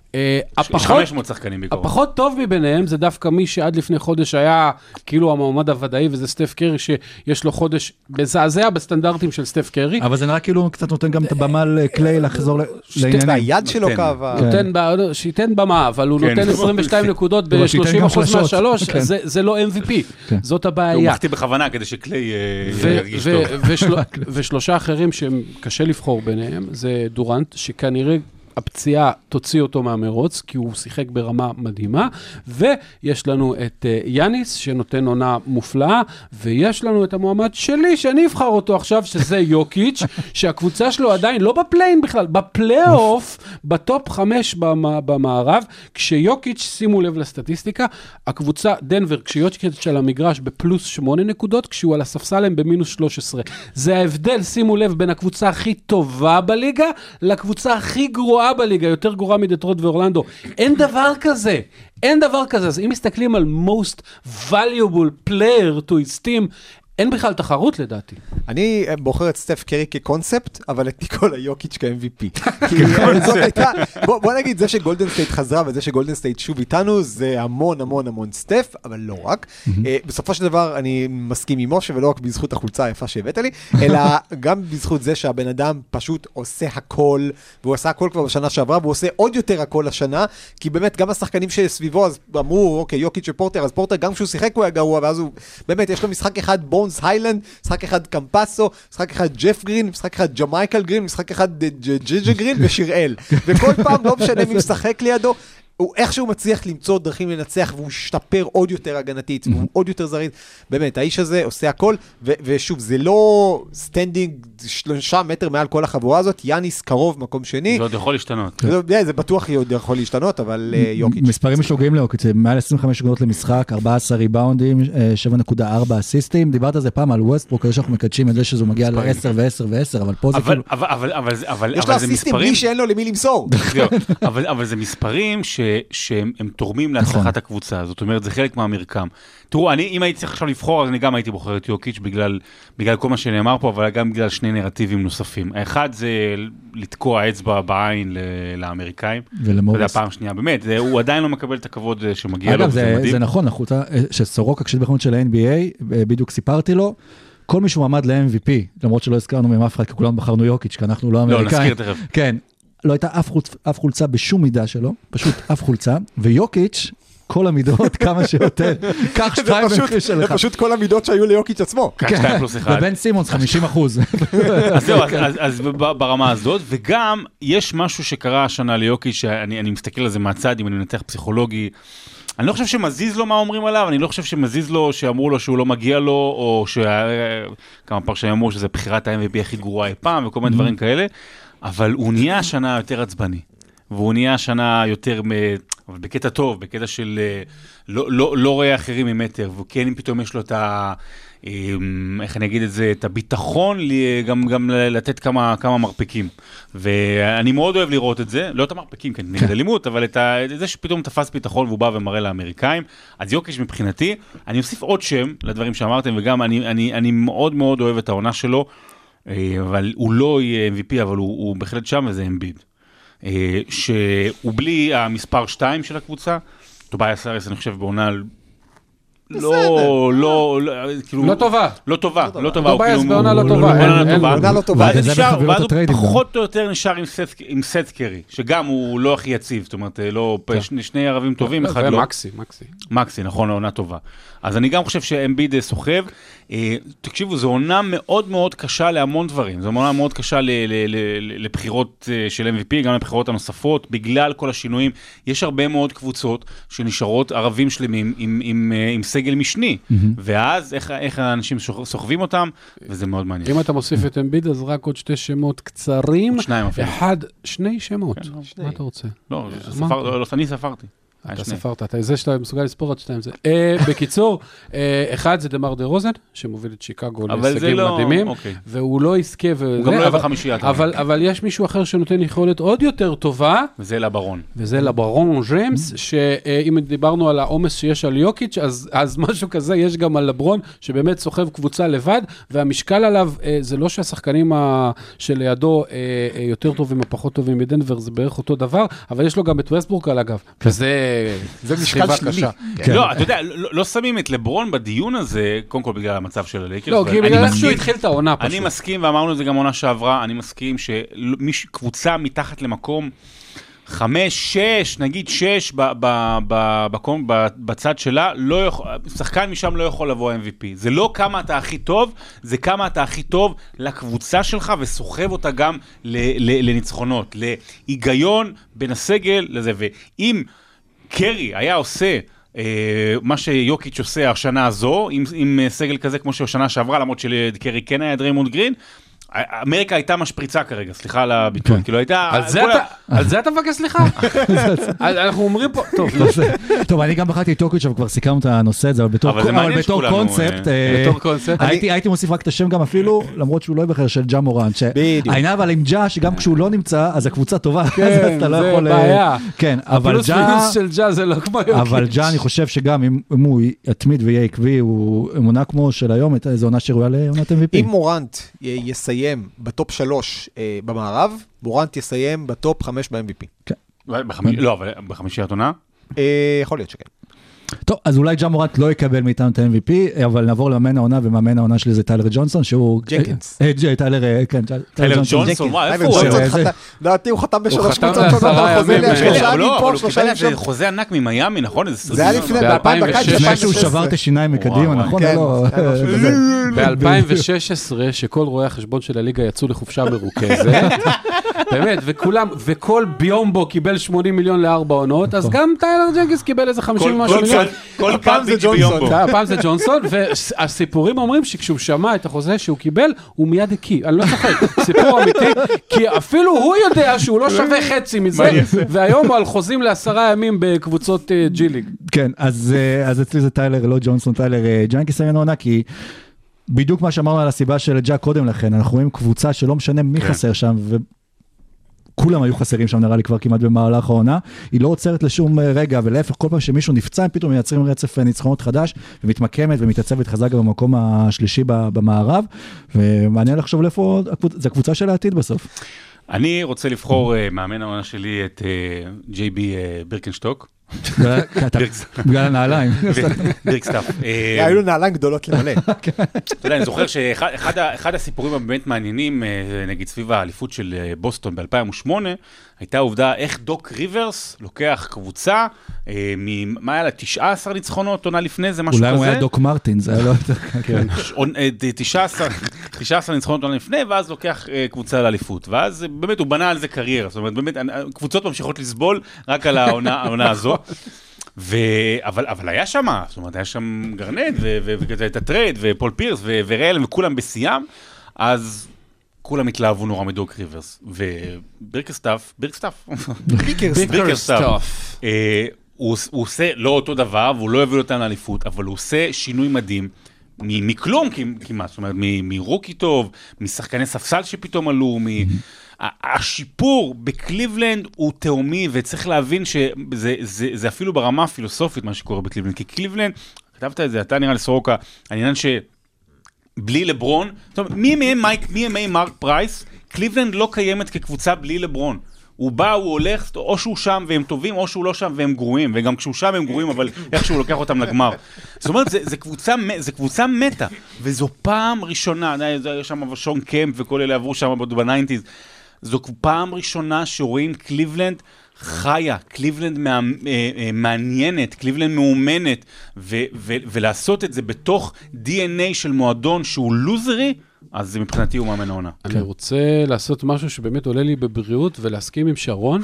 500 שחקנים ביקורת. הפחות טוב מביניהם זה דווקא מי שעד לפני חודש היה כאילו המועמד הוודאי, וזה סטף קרי שיש לו חודש מזעזע בסטנדרטים של סטף קרי. אבל זה נראה כאילו קצת נותן גם את הבמה לקליי לחזור לעניינים. היד שלו כאבה. שייתן במה, אבל הוא נותן 22 נקודות ב-30% מהשלוש, זה לא MVP. זאת הבעיה. הוא מחטיא בכוונה כדי שקליי ירגיש טוב. ושלושה אחרים שהם קשה לבחור ביניהם, זה דורנט, שכנראה הפציעה תוציא אותו מהמרוץ, כי הוא שיחק ברמה מדהימה, ויש לנו את יאניס, שנותן עונה מופלאה, ויש לנו את המועמד שלי, שאני אבחר אותו עכשיו, שזה יוקיץ', שהקבוצה שלו עדיין לא בפליין בכלל, בפלייאוף, בטופ 5 במערב, כשיוקיץ', שימו לב לסטטיסטיקה, הקבוצה דנבר, כשיוקיץ' של המגרש בפלוס 8 נקודות, כשהוא על הספסל הם במינוס 13. זה ההבדל, שימו לב, בין הקבוצה הכי טובה בליגה, לקבוצה הכי גרועה בליגה, יותר גרועה מדטרויט ואורלנדו. אין דבר כזה. אין דבר כזה. אז אם מסתכלים על most valuable player to his team, אין בכלל תחרות לדעתי. אני בוחר את סטף קרי כקונספט, אבל את ניקולה יוקיץ' כ-MVP. בוא נגיד, זה שגולדן סטייט חזרה, וזה שגולדן סטייט שוב איתנו, זה המון המון המון סטף, אבל לא רק. בסופו של דבר, אני מסכים עם משה, ולא רק בזכות החולצה היפה שהבאת לי, אלא גם בזכות זה שהבן אדם פשוט עושה הכל, והוא עשה הכל כבר בשנה שעברה, והוא עושה עוד יותר הכל השנה, כי באמת גם השחקנים שסביבו, אז אמרו, אוקיי, יוקיץ' ופורטר, אז פורטר גם כשהוא שיחק הוא היה גרוע, ואז הוא, באמת, יש לו משחק אחד בונס היילנד, משחק אחד קמפסו, משחק אחד ג'ף גרין, משחק אחד ג'מייקל גרין, משחק אחד ג'ג'ה גרין ושיראל. וכל פעם לא משנה מי משחק לידו, הוא איכשהו מצליח למצוא דרכים לנצח, והוא השתפר עוד יותר הגנתית, והוא עוד יותר זריז. באמת, האיש הזה עושה הכל, ושוב, זה לא סטנדינג 3 מטר מעל כל החבורה הזאת, יאניס קרוב, מקום שני. זה עוד יכול להשתנות. זה בטוח עוד יכול להשתנות, אבל יוקיץ'. מספרים משוגעים ליוקיץ', זה מעל 25 נקודות למשחק, 14 ריבאונדים, 7.4 אסיסטים. דיברת על זה פעם על ווסטברוק, כדי שאנחנו מקדשים את זה שזה מגיע ל-10 ו-10 ו-10, אבל פה זה כאילו... אבל יש לו אסיסטים בלי שאין לו למי למסור. אבל זה מספרים שהם תורמים להצלחת הקבוצה, זאת אומרת, זה חלק מהמרקם. תראו, אם הייתי צריך עכשיו לבחור, אז אני גם הייתי בוחר את יוקיץ' בגלל כל מה שנאמר פה, אבל גם בגלל 2 נרטיבים נוספים. האחד זה לתקוע אצבע בעין לאמריקאים. ולמורס. זה הפעם שנייה, באמת, הוא עדיין לא מקבל את הכבוד שמגיע לו, וזה מדהים. זה נכון, החוצה שסורוקה, כשבחנות של ה-NBA, בדיוק סיפרתי לו, כל מישהו עמד ל-MVP, למרות שלא הזכרנו מהם אף אחד, כי כולנו בחרנו יוקיץ', כי אנחנו לא אמריקאים. לא, נזכיר תכף. כן. לא הייתה אף חולצה בשום מידה שלו, פשוט אף חולצה, ויוקיץ' כל המידות כמה שיותר, קח 2 במחיר שלך. זה פשוט כל המידות שהיו ליוקיץ' עצמו. קח 2 פלוס 1. ובן סימונס 50%. אז זהו, אז ברמה הזאת, וגם יש משהו שקרה השנה ליוקיץ', שאני מסתכל על זה מהצד, אם אני מנתח פסיכולוגי, אני לא חושב שמזיז לו מה אומרים עליו, אני לא חושב שמזיז לו שאמרו לו שהוא לא מגיע לו, או כמה פרשנים אמרו שזה בחירת ה-MVP הכי גרועה אי פעם, וכל מיני דברים כאלה, אבל הוא נהיה השנה יותר עצבני, והוא נהיה השנה יותר, אבל בקטע טוב, בקטע של לא רואה אחרים ממטר, וכן אם פתאום יש לו את ה... איך אני אגיד את זה, את הביטחון, גם לתת כמה מרפקים. ואני מאוד אוהב לראות את זה, לא את המרפקים, כן, נגד אלימות, אבל את זה שפתאום תפס ביטחון והוא בא ומראה לאמריקאים. אז יוקיץ' מבחינתי, אני אוסיף עוד שם לדברים שאמרתם, וגם אני מאוד מאוד אוהב את העונה שלו, אבל הוא לא יהיה MVP, אבל הוא בהחלט שם, וזה אמביד. שהוא בלי המספר 2 של הקבוצה, טובייס האריס, אני חושב, בעונה לא טובה. לא טובה. טובייס בעונה לא טובה. עונה לא טובה. ואז הוא פחות או יותר נשאר עם סט קרי, שגם הוא לא הכי יציב, זאת אומרת, שני ערבים טובים, אחד לא. מקסי, נכון, עונה טובה. אז אני גם חושב שאמביד סוחב. תקשיבו, זו עונה מאוד מאוד קשה להמון דברים, זו עונה מאוד קשה לבחירות של MVP, גם לבחירות הנוספות, בגלל כל השינויים, יש הרבה מאוד קבוצות שנשארות ערבים שלמים עם סגל משני, ואז איך האנשים סוחבים אותם, וזה מאוד מעניין. אם אתה מוסיף את אמביד, אז רק עוד 2 שמות קצרים. 2 אפילו. 2 שמות. מה אתה רוצה? לא, אני ספרתי. אתה ספרת, אתה זה שאתה מסוגל לספור עד 2 זה. בקיצור, אחד זה דמר דה רוזן, שמוביל את שיקגו להישגים מדהימים, והוא לא יזכה, הוא גם לא יהיה בחמישייה. אבל יש מישהו אחר שנותן יכולת עוד יותר טובה, וזה לברון. וזה לברון ג'יימס, שאם דיברנו על העומס שיש על יוקיץ', אז משהו כזה יש גם על לברון, שבאמת סוחב קבוצה לבד, והמשקל עליו, זה לא שהשחקנים שלידו יותר טובים או פחות טובים מדנבר, זה בערך אותו דבר, אבל יש לו גם את ווסטברוק על הגב, זה משקל שלילי. לא, אתה יודע, לא שמים את לברון בדיון הזה, קודם כל בגלל המצב של הלייקרס. לא, כי בגלל איך שהוא התחיל את העונה פשוט. אני מסכים, ואמרנו את זה גם עונה שעברה, אני מסכים שקבוצה מתחת למקום 5, 6, נגיד 6 בצד שלה, שחקן משם לא יכול לבוא MVP. זה לא כמה אתה הכי טוב, זה כמה אתה הכי טוב לקבוצה שלך, וסוחב אותה גם לניצחונות, להיגיון בין הסגל לזה. ואם קרי היה עושה מה שיוקיץ' עושה השנה הזו, עם סגל כזה כמו שהשנה שעברה, למרות שקרי כן היה דריימונד גרין, אמריקה הייתה משפריצה כרגע, סליחה על הביטוי, כאילו הייתה... על זה אתה מבקש סליחה? אנחנו אומרים פה... טוב, אני גם בחרתי את יוקיץ', אבל כבר סיכמנו את הנושא הזה, אבל בתור קונספט, הייתי מוסיף רק את השם גם אפילו, למרות שהוא לא יבחר של ג'ה מורנט, העינה אבל עם ג'ה, שגם כשהוא לא נמצא, אז הקבוצה טובה, כן, זה בעיה. כן, הפלוס מינוס של ג'ה זה לא כמו יוקיץ'. אבל ג'ה, אני חושב שגם אם הוא יתמיד ויהיה עקבי, הוא עונה כמו של היום, זו עונה שראויה לעונת MVP. אם מורנט יסיים בטופ 3 במערב, מורנט יסיים בטופ 5 ב-MVP. כן. לא, אבל בחמישיית עונה? יכול להיות שכן. טוב, אז אולי ג'ה מורנט לא יקבל מאיתנו את ה-MVP, אבל נעבור למאמן העונה, ומאמן העונה שלי זה טיילר ג'ונסון, שהוא... ג'נקינס. טיילר ג'ונסון, מה, איפה הוא? דעתי, הוא חתם בשלוש קבוצות שונות, זה חוזה ענק ממיימי, נכון? זה היה לפני, ב-2016. לפני שהוא שבר את השיניים מקדימה, נכון? ב-2016, שכל רואי החשבון של הליגה יצאו לחופשה מרוכזת, באמת, וכל ביומבו קיבל 80 מיליון ל4 עונות, אז גם טיילר ג'נקינס קיבל איזה 50 משהו מיליון. כל פעם זה ג'ונסון. הפעם זה ג'ונסון, והסיפורים אומרים שכשהוא שמע את החוזה שהוא קיבל, הוא מיד הקיא. אני לא צוחק, סיפור אמיתי, כי אפילו הוא יודע שהוא לא שווה חצי מזה, והיום הוא על חוזים ל10 ימים בקבוצות ג'י-ליג. כן, אז אצלי זה טיילר, לא ג'ונסון, טיילר ג'נקינס העונה, כי בדיוק מה שאמרנו על הסיבה של ג'ה קודם לכן, אנחנו רואים קבוצה שלא משנה מי חסר שם, כולם היו חסרים שם, נראה לי כבר כמעט במהלך העונה, היא לא עוצרת לשום רגע, ולהפך, כל פעם שמישהו נפצע, הם פתאום מייצרים רצף ניצחונות חדש, ומתמקמת ומתעצבת חזק במקום השלישי במערב, ומעניין לחשוב לאיפה, זה הקבוצה של העתיד בסוף. אני רוצה לבחור מאמן העונה שלי את ג'יי-בי בירקנשטוק. בגלל הנעליים. בירקסטאפ. היו לו נעליים גדולות למלא. אתה יודע, אני זוכר שאחד הסיפורים הבאמת מעניינים, נגיד סביב האליפות של בוסטון ב-2008, הייתה העובדה איך דוק ריברס לוקח קבוצה, מה היה לה, 19 ניצחונות, עונה לפני זה, משהו כזה. אולי הוא היה דוק מרטין, זה היה לא יותר. 19 ניצחונות עונה לפני, ואז לוקח קבוצה לאליפות, ואז באמת הוא בנה על זה קריירה, זאת אומרת, באמת, קבוצות ממשיכות לסבול רק על העונה הזו, אבל היה שם, זאת אומרת, היה שם גרנט, ואת הטרייד, ופול פירס, וריאל, וכולם בשיאם, אז כולם התלהבו נורא מדוק ריברס, ובירקסטאף, הוא עושה לא אותו דבר, והוא לא יביא אותם לאליפות, אבל הוא עושה שינוי מדהים, מכלום כמעט, זאת אומרת, מרוקי טוב, משחקני ספסל שפתאום עלו, השיפור בקליבלנד הוא תאומי, וצריך להבין שזה אפילו ברמה הפילוסופית מה שקורה בקליבלנד, כי קליבלנד, כתבת את זה, אתה נראה לסורוקה, העניין שבלי לברון, זאת אומרת, מי ימי מרק פרייס, קליבלנד לא קיימת כקבוצה בלי לברון. הוא בא, הוא הולך, או שהוא שם והם טובים, או שהוא לא שם והם גרועים, וגם כשהוא שם הם גרועים, אבל איכשהו לוקח אותם לגמר. זאת אומרת, זה קבוצה מתה, וזו פעם ראשונה, יש שם שון קמפ וכל אלה עברו שם ב-90s, זו פעם ראשונה שרואים קליבלנד חיה, קליבלנד מעניינת, קליבלנד מאומנת, ולעשות את זה בתוך DNA של מועדון שהוא לוזרי, אז מבחינתי הוא מאמן העונה. אני רוצה לעשות משהו שבאמת עולה לי בבריאות, ולהסכים עם שרון,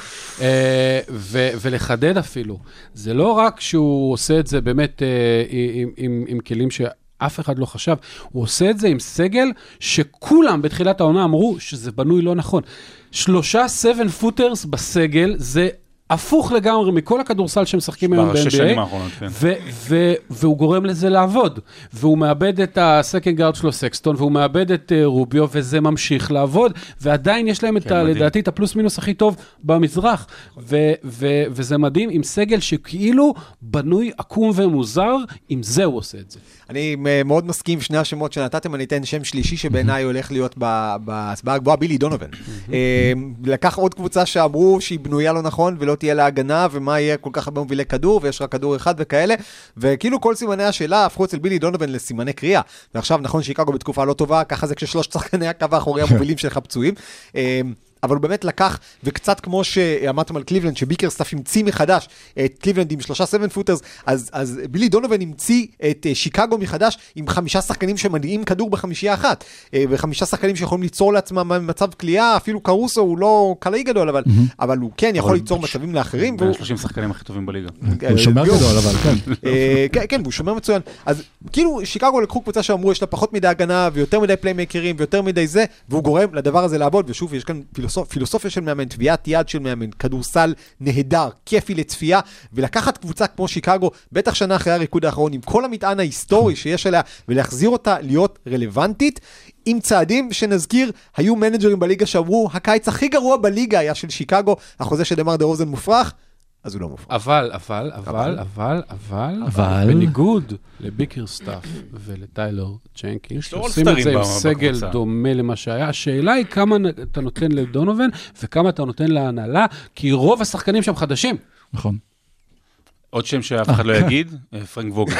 ולחדד אפילו. זה לא רק שהוא עושה את זה באמת עם כלים אף אחד לא חשב, הוא עושה את זה עם סגל שכולם בתחילת העונה אמרו שזה בנוי לא נכון. 3 7 footers בסגל, זה הפוך לגמרי מכל הכדורסל שמשחקים היום ב-NBA, והוא גורם לזה לעבוד, והוא מאבד את הסקנד גארד שלו סקסטון, והוא מאבד את רוביו, וזה ממשיך לעבוד, ועדיין יש להם לדעתי את הפלוס מינוס הכי טוב במזרח, וזה מדהים עם סגל שכאילו בנוי עקום ומוזר, עם זה הוא עושה את זה. אני מאוד מסכים, שני השמות שנתתם, אני אתן שם שלישי שבעיניי הולך להיות בהסברה הגבוהה, בילי דונובן. לקח עוד קבוצה שאמרו שהיא בנויה לא נכון, ולא תהיה לה הגנה, ומה יהיה כל כך הרבה מובילי כדור, ויש רק כדור אחד וכאלה, וכאילו כל סימני השאלה הפכו אצל בילי דונובן לסימני קריאה. ועכשיו נכון שיקגו בתקופה לא טובה, ככה זה כששלושת שחקני הקו האחורי המובילים שלך פצועים. אבל הוא באמת לקח, וקצת כמו שאמרתם על קליבלנד, שביקרסטאף המציא מחדש את קליבלנד עם 3 7 footers, אז בילי דונובן המציא את שיקגו מחדש עם 5 שחקנים שמניעים כדור בחמישייה אחת, ו5 שחקנים שיכולים ליצור לעצמם מצב קליעה, אפילו קרוסו הוא לא קלעי גדול, אבל הוא כן יכול ליצור מצבים לאחרים. בין 30 שחקנים הכי טובים בליגה. הוא שומר גדול, אבל כן. כן, והוא שומר מצוין. אז כאילו שיקגו לקחו קבוצה שאמרו, יש לה פחות מדי הגנה, ויותר מדי פליימקרים, ויותר מדי זה, והוא גורם לדבר הזה לעבוד, ושוב, יש כאן פילוסופיה של מאמן, טביעת יד של מאמן, כדורסל נהדר, כיפי לצפייה, ולקחת קבוצה כמו שיקגו, בטח שנה אחרי הריקוד האחרון, עם כל המטען ההיסטורי שיש עליה, ולהחזיר אותה להיות רלוונטית, עם צעדים שנזכיר, היו מנג'רים בליגה שאמרו, הקיץ הכי גרוע בליגה היה של שיקגו, החוזה של דמר דה רוזן מופרך, אז הוא לא מופרך. אבל, בניגוד לביקרסטאף ולטיילר צ'נקין, שעושים את זה עם סגל דומה למה שהיה, השאלה היא כמה אתה נותן לדונובן, וכמה אתה נותן להנהלה, כי רוב השחקנים שם חדשים. נכון. עוד שם שאף אחד לא יגיד, פרנק ווגל.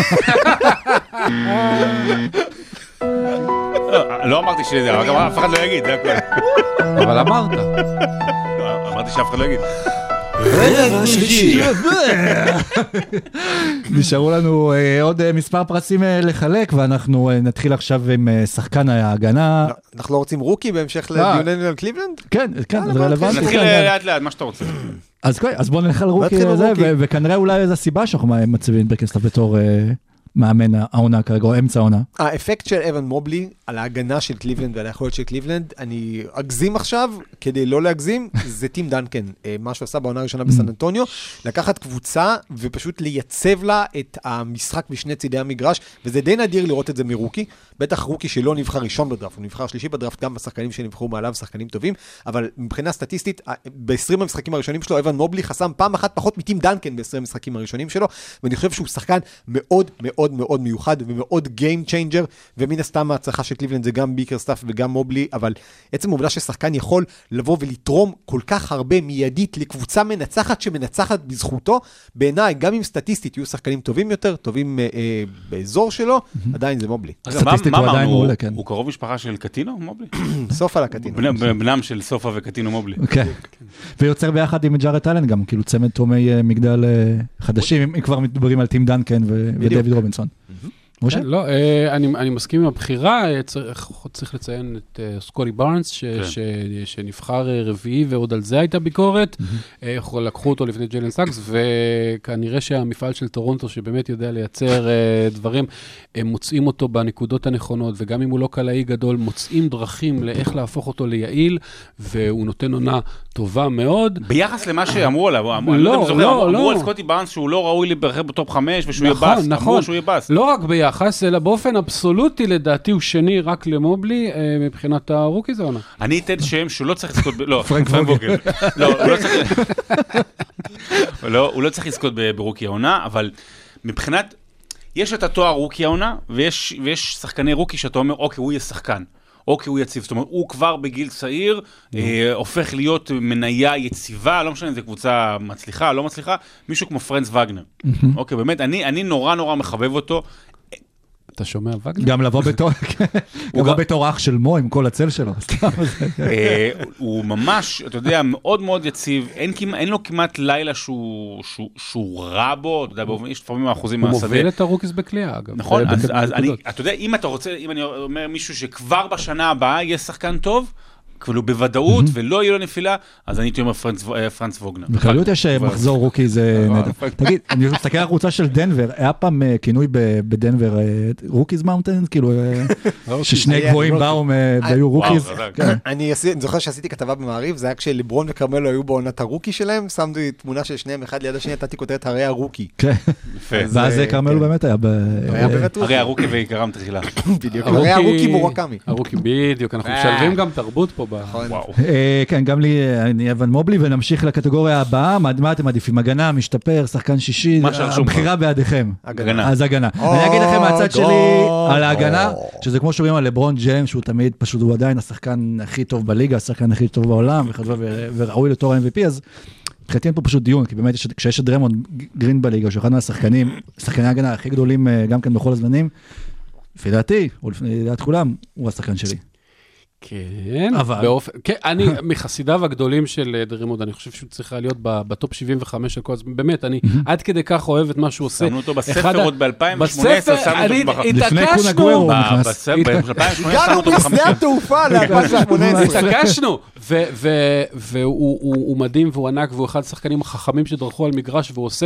לא אמרתי שזה, אבל גם אף אחד לא יגיד, זה הכל. אבל אמרת. אמרתי שאף אחד לא יגיד. רבע שלישי. נשארו לנו עוד מספר פרסים לחלק, ואנחנו נתחיל עכשיו עם שחקן ההגנה. אנחנו לא רוצים רוקי בהמשך לדיוננו על קליבלנד? כן, זה רלוונטי. נתחיל לאט, מה שאתה רוצה. אז בואו נלך על רוקי הזה, וכנראה אולי איזו סיבה שאנחנו מצבים ביקרסטאף בתור מאמן העונה כרגע, או אמצע העונה. האפקט של אבן מובלי על ההגנה של קליבלנד ועל היכולת של קליבלנד, אני אגזים עכשיו, כדי לא להגזים, זה טים דנקן, מה שהוא עשה בעונה הראשונה בסן אנטוניו, לקחת קבוצה ופשוט לייצב לה את המשחק בשני צידי המגרש, וזה די נדיר לראות את זה מרוקי, בטח רוקי שלא נבחר ראשון בדראפט, הוא נבחר שלישי בדראפט, גם בשחקנים שנבחרו מעליו, שחקנים טובים, אבל מבחינה סטטיסטית, ב-20 המשחקים הראשונים שלו, אבן מובלי חסם פעם אחת פחות מטים דנקן ב-20 המשחקים הראשונים שלו, ואני חושב שהוא שחקן מאוד מאוד מאוד מיוחד ומאוד game changer, ומן הסתם ההצלחה של קליבלנד זה גם ביקרסטאף וגם מובלי, אבל עצם העובדה ששחקן יכול לבוא ולתרום כל כך הרבה מיידית לקבוצה מנצחת שמנצחת בזכותו, בעיניי, גם אם סטטיסטית יהיו שחקנים טובים יותר, טובים באזור שלו, עדיין זה מובלי. סטטיסטית הוא עדיין מעולה, כן. הוא קרוב משפחה של קטינו, מובלי? סופה לקטינו. בנם של סופה וקטינו מובלי. כן. ויוצר ביחד עם ג'ארד אלן גם, כאילו צמד תומי מגדל חדשים, אם כבר מדברים על טים דנקן ודייוויד רובינסון. לא, אני מסכים עם הבחירה, צריך לציין את סקוטי בארנס, שנבחר רביעי, ועוד על זה הייתה ביקורת, לקחו אותו לפני ג'יילן סאקס, וכנראה שהמפעל של טורונטו, שבאמת יודע לייצר דברים, הם מוצאים אותו בנקודות הנכונות, וגם אם הוא לא קלעי גדול, מוצאים דרכים לאיך להפוך אותו ליעיל, והוא נותן עונה טובה מאוד. ביחס למה שאמרו עליו, אמרו על סקוטי בארנס שהוא לא ראוי להיבחר בטופ 5, ושהוא יהיה בס, אמרו שהוא יהיה בס. לא רק ביחס, אלא באופן אבסולוטי, לדעתי הוא שני רק למובלי, מבחינת הרוקי זה עונה. אני אתן שם שהוא לא צריך לזכות, לא, פרנק ווגל. לא, הוא לא צריך לזכות ברוקי העונה, אבל מבחינת, יש את התואר רוקי העונה, ויש שחקני רוקי שאתה אומר, אוקיי, הוא יהיה שחקן. אוקיי, הוא יציב, זאת אומרת, הוא כבר בגיל צעיר, הופך להיות מניה יציבה, לא משנה אם זו קבוצה מצליחה, לא מצליחה, מישהו כמו פרנץ וגנר. אוקיי, באמת, אני נורא נורא מחבב אותו. אתה שומע וגנר? גם לבוא בתור, הוא גם בתור אח של מו עם כל הצל שלו. הוא ממש, אתה יודע, מאוד מאוד יציב, אין לו כמעט לילה שהוא רע בו, אתה יודע, יש לפעמים האחוזים מהשדה. הוא מוביל את הרוקיס בקליעה, אגב. נכון, אז אתה יודע, אם אתה רוצה, אם אני אומר מישהו שכבר בשנה הבאה יהיה שחקן טוב, כאילו בוודאות ולא יהיה לו נפילה, אז אני הייתי אומר פרנץ ווגנר. בכללות יש מחזור רוקי, זה נדע. תגיד, אני מסתכל על הקבוצה של דנבר, היה פעם כינוי בדנבר, רוקיז מאונטנס, כאילו, ששני גבוהים באו והיו רוקיז. אני זוכר שעשיתי כתבה במעריב, זה היה כשלברון וקרמלו היו בעונת הרוקי שלהם, שמתי תמונה של שניהם אחד ליד השני, נתתי כותרת הרי הרוקי. כן, ואז קרמלו באמת היה הרי הרוקי ויקרם תחילה. בדיוק, הרי הרוקי מורקמי. הרוקי בדיוק, אנחנו משלבים גם תרבות פה. כן, גם לי, אני אבן מובלי, ונמשיך לקטגוריה הבאה, מה אתם עדיפים? הגנה, משתפר, שחקן שישי, הבחירה בידיכם. אז הגנה. אני אגיד לכם מהצד שלי על ההגנה, שזה כמו שאומרים על לברון ג'יימס, שהוא תמיד פשוט, הוא עדיין השחקן הכי טוב בליגה, השחקן הכי טוב בעולם, וראוי לתור ה-MVP, אז התחלתי פה פשוט דיון, כי באמת כשיש את דרמונד גרין בליגה, שהוא אחד מהשחקנים, שחקני ההגנה הכי גדולים גם כן בכל הזמנים, לפי דעתי, או לפי דעת כולם, הוא השחקן שלי. כן, כן, אני מחסידיו הגדולים של דרימונד, אני חושב שהוא צריך להיות בטופ 75 של כל הזמן, באמת, אני עד כדי כך אוהב את מה שהוא עושה. שמנו אותו בספר עוד ב-2018, שמנו אותו לפני קונגוורו הוא נכנס. הגענו בשדה התעופה ל-2018. התעקשנו, והוא מדהים והוא ענק, והוא אחד השחקנים החכמים שדרכו על מגרש, והוא עושה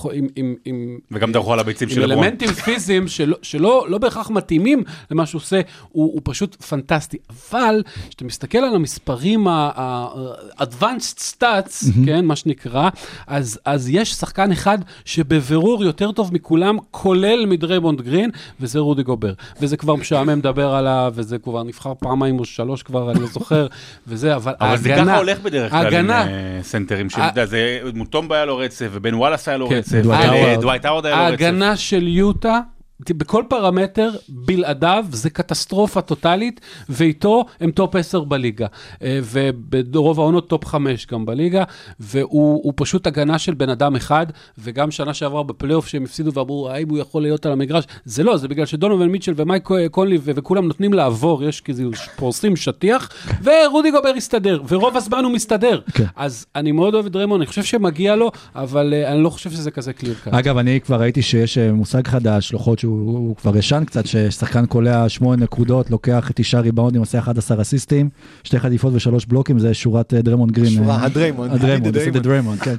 וגם דרכו על הביצים של לברון. עם אלמנטים פיזיים שלא בהכרח מתאימים למה שהוא עושה, הוא פשוט פנטסטי. אבל, כשאתה מסתכל על המספרים ה-advanced stats, כן, מה שנקרא, אז יש שחקן אחד שבבירור יותר טוב מכולם, כולל מדריימונד גרין, וזה רודי גובר. וזה כבר משעמם לדבר עליו, וזה כבר נבחר פעמיים או 3 כבר, אני לא זוכר, וזה, אבל ההגנה... אבל זה ככה הולך בדרך כלל עם סנטרים, זה מוטומבה היה לו רצף, ובן וואלאס היה לו רצף, דווייט האוורד היה לו רצף. ההגנה של יוטה, בכל פרמטר, בלעדיו, זה קטסטרופה טוטלית, ואיתו הם טופ 10 בליגה. וברוב העונות טופ 5 גם בליגה, והוא פשוט הגנה של בן אדם אחד, וגם שנה שעברה בפלייאוף שהם הפסידו ואמרו, האם הוא יכול להיות על המגרש? זה לא, זה בגלל שדונובל מיטשל ומייק קונלי וכולם נותנים לעבור, יש כזה פורסים שטיח, ורודי גובר יסתדר, ורוב הזמן הוא מסתדר. אז אני מאוד אוהב את דריימונד, אני חושב שמגיע לו, אבל אני לא חושב שזה כזה קליר כאן. אגב, אני כבר ראיתי שיש מושג חדש, שלוחות שהוא כבר ישן קצת, ששחקן קולע 8 נקודות, לוקח 9 ריבאונדים, עושה 11 אסיסטים, 2 חטיפות ו3 בלוקים, זה שורת דריימונד גרין. שורה, הדריימונד, כן.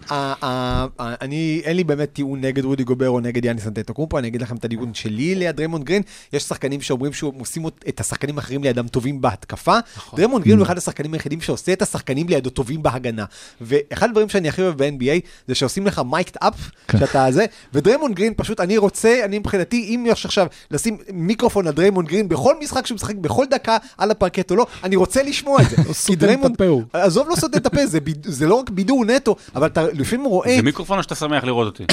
אין לי באמת טיעון נגד רודי גובר או נגד יאניס אנטטוקומפו, אני אגיד לכם את הדיון שלי ליד דריימונד גרין, יש שחקנים שאומרים שהוא עושים את השחקנים האחרים לידם טובים בהתקפה, דריימונד גרין הוא אחד השחקנים היחידים שעושה את השחקנים לידו טובים בהגנה, ואחד הדברים שאני הכי אוהב ב-NBA זה שעושים לך מייקד אפ, שאתה זה, ודריימונד גרין פשוט אני מבחינתי, אם יש עכשיו לשים מיקרופון על דריימונד גרין בכל משחק שהוא משחק בכל דקה על הפרקט או לא, אני רוצה לשמוע את זה. כי דריימונד, עזוב לא סוטה את הפה, זה לא רק בידור נטו, אבל אתה לפעמים רואה... זה מיקרופון או שאתה שמח לראות אותי?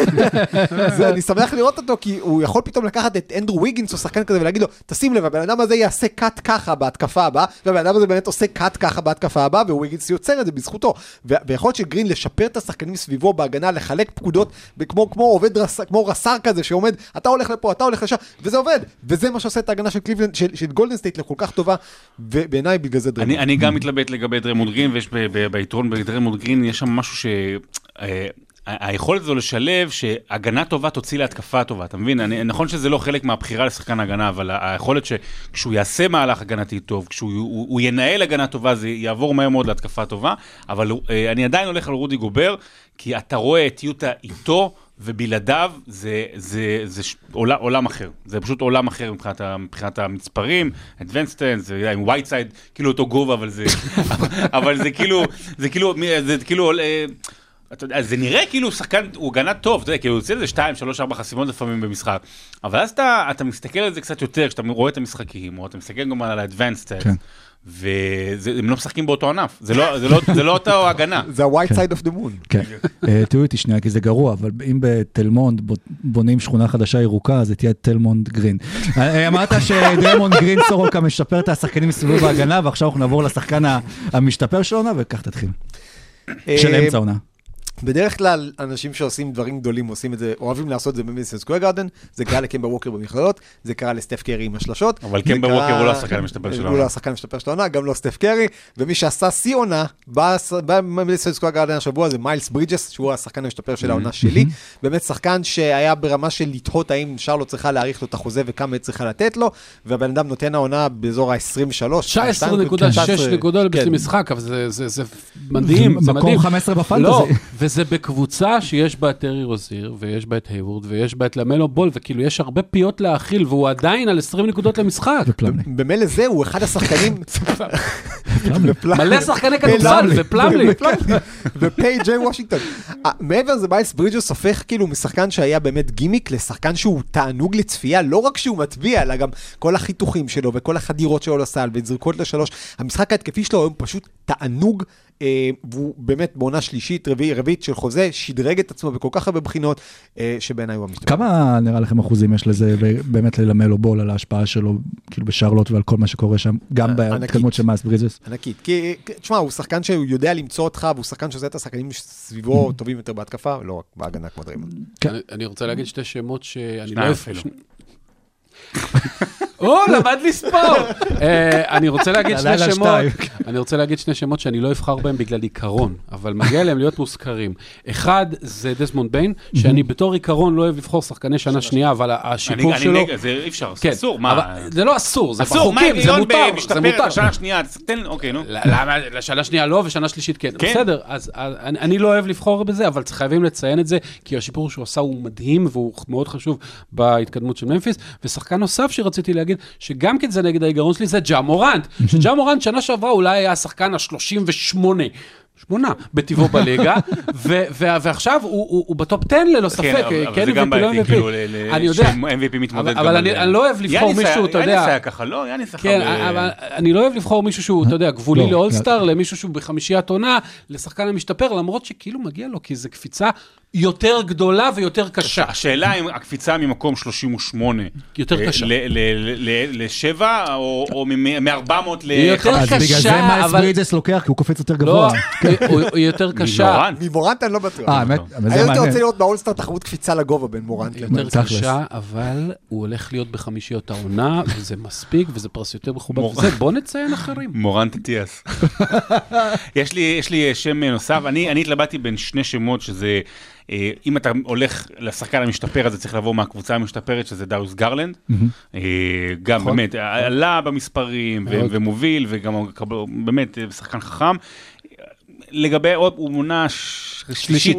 אני שמח לראות אותו, כי הוא יכול פתאום לקחת את אנדרו ויגינס או שחקן כזה ולהגיד לו, תשים לב, הבן אדם הזה יעשה קאט ככה בהתקפה הבאה, והבן אדם הזה באמת עושה קאט ככה בהתקפה הבאה, וויגינס יוצר את זה בזכותו. ויכולת של גרין לשפר את השחקנים סביבו בהגנה, לחלק פקודות, כמו עובד כמו רס"ר כזה שעומד, אתה הולך לפה, אתה הולך לשם, וזה עובד. וזה מה שעושה את ההגנה של קליבלנד, של גולדן סטייט לכל כך טובה, ובעיניי בגלל זה דריימונד. אני גם מתלבט לגבי דריימונד גרין, ויש ביתרון בדריימונד גרין, יש שם משהו היכולת הזו לשלב שהגנה טובה תוציא להתקפה טובה, אתה מבין? נכון שזה לא חלק מהבחירה לשחקן הגנה, אבל היכולת שכשהוא יעשה מהלך הגנתי טוב, כשהוא ינהל הגנה טובה, זה יעבור מהר מאוד להתקפה טובה, אבל אני עדיין הולך על רודי גובר, כי אתה רואה את יוטה איתו, ובלעדיו זה עולם אחר. זה פשוט עולם אחר מבחינת המספרים, advanced stats, זה עם white side, כאילו אותו גובה, אבל זה כאילו, זה נראה כאילו שחקן, הוא הגנה טוב, אתה יודע, כאילו יוצא לזה 2, 3, 4 חסימות לפעמים במשחק, אבל אז אתה מסתכל על זה קצת יותר, כשאתה רואה את המשחקים, או אתה מסתכל גם על ה-advanced stats, והם לא משחקים באותו ענף, זה לא אותו הגנה. זה ה-white side of the moon. כן, תראו איתי שנייה, כי זה גרוע, אבל אם בתלמונד בונים שכונה חדשה ירוקה, אז זה תהיה תלמונד גרין. אמרת שדריימונד גרין סורוקה משפר את השחקנים מסביבו בהגנה, ועכשיו אנחנו נעבור לשחקן המשתפר של העונה, וכך תתחיל. של אמצע העונה. בדרך כלל, אנשים שעושים דברים גדולים, עושים את זה, אוהבים לעשות את זה במדיסון סקוור גארדן, זה קרה לקמבר ווקר במכללות, זה קרה לסטף קרי עם השלשות. אבל קמבר ווקר הוא לא השחקן המשתפר של העונה. הוא לא השחקן המשתפר של העונה, גם לא סטף קרי, ומי שעשה שיא עונה, במדיסון סקוור גארדן השבוע, זה מיילס ברידג'ס, שהוא השחקן המשתפר של העונה שלי. באמת שחקן שהיה ברמה של לתהות האם שרלוט צריכה להאריך לו את החוזה וכמה היא צריכה לתת לו, והבן אדם נותן העונה באזור ה-23. 19.6 נקודות במשחק, אבל זה מדהים, זה מדהים. מקום 15 בפנטזי. וזה בקבוצה שיש בה את טרי רוזיר, ויש בה את הייוורד, ויש בה את למלו בול, וכאילו יש הרבה פיות להאכיל, והוא עדיין על 20 נקודות למשחק. במילא זה, הוא אחד השחקנים... מלא שחקני כדורסל, ופלמלי. ופיי ג'יי וושינגטון. מעבר זה, מיילס ברידג'ס הופך כאילו משחקן שהיה באמת גימיק, לשחקן שהוא תענוג לצפייה, לא רק שהוא מטביע, אלא גם כל החיתוכים שלו, וכל החדירות שלו לסל, וזריקות לשלוש. המשחק ההתקפי שלו הוא פשוט תענוג, והוא באמת בעונה שלישית, רביעית של חוזה, שדרג את עצמו בכל כך הרבה בחינות, שבעיניי הוא המשתפר. כמה נראה לכם אחוזים יש לזה, באמת ללמלו בול על ההשפעה שלו, כאילו בשרלוט ועל כל מה שקורה שם, גם בהתקדמות של מיילס ברידג'ס? ענקית. כי, תשמע, הוא שחקן שהוא יודע למצוא אותך, והוא שחקן שעושה את השחקנים סביבו טובים יותר בהתקפה, לא רק בהגנה כמו דרימון. אני רוצה להגיד שתי שמות שאני לא אפילו. למד לספור. אני רוצה להגיד שני שמות שאני לא אבחר בהם בגלל עיקרון, אבל מגיע להם להיות מוזכרים. אחד זה דסמונד ביין, שאני בתור עיקרון לא אוהב לבחור שחקני שנה שנייה, אבל השיפור שלו... זה אי אפשר, זה אסור. זה לא אסור, זה בחוקים, זה מותר. זה מותר. שנה שנייה, תן, אוקיי, נו. למה? לשנה שנייה לא, ושנה שלישית כן. בסדר, אז אני לא אוהב לבחור בזה, אבל חייבים לציין את זה, כי השיפור שהוא עשה הוא מדהים, והוא מאוד חשוב בהתקדמות של ממפיס, ושחקן נוסף שרציתי להגיד, שגם כן זה נגד ההיגרון שלי, זה ג'ה מורנט. שג'ה מורנט שנה שעברה אולי היה השחקן ה-38 בטבעו בליגה, ועכשיו הוא בטופ 10 ללא ספק. אבל זה גם בעייתי, כאילו, ש-MVP מתמודד. אבל אני לא אוהב לבחור מישהו, אתה יודע... יאניס היה ככה, לא? יאניס כן, אבל אני לא אוהב לבחור מישהו שהוא, אתה יודע, גבולי לאולסטאר, למישהו שהוא בחמישיית עונה, לשחקן המשתפר, למרות שכאילו מגיע לו, כי זו קפיצה יותר גדולה ויותר קשה. השאלה אם הקפיצה ממקום 38 יותר קשה. ל-7 או מ-400 ל-5. יותר קשה, בגלל זה מיילס ברידג'ס לוקח, כי הוא קופץ יותר גבוה. הוא יותר קשה. ממורנט אני לא בטוח. האמת, אבל זה אני מעניין. רוצה לראות באולסטאר תחרות קפיצה לגובה בין מורנט יותר קשה, אבל הוא הולך להיות בחמישיות העונה, וזה מספיק, וזה פרס יותר מכובד. בוא נציין אחרים. מורנט אטיאס. יש לי שם נוסף, אני התלבטתי בין שני שמות שזה... אם אתה הולך לשחקן המשתפר, אז זה צריך לבוא מהקבוצה המשתפרת, שזה דאריוס גרלנד. גם באמת, עלה במספרים ומוביל, וגם באמת שחקן חכם. לגבי עוד, הוא מונה שלישית,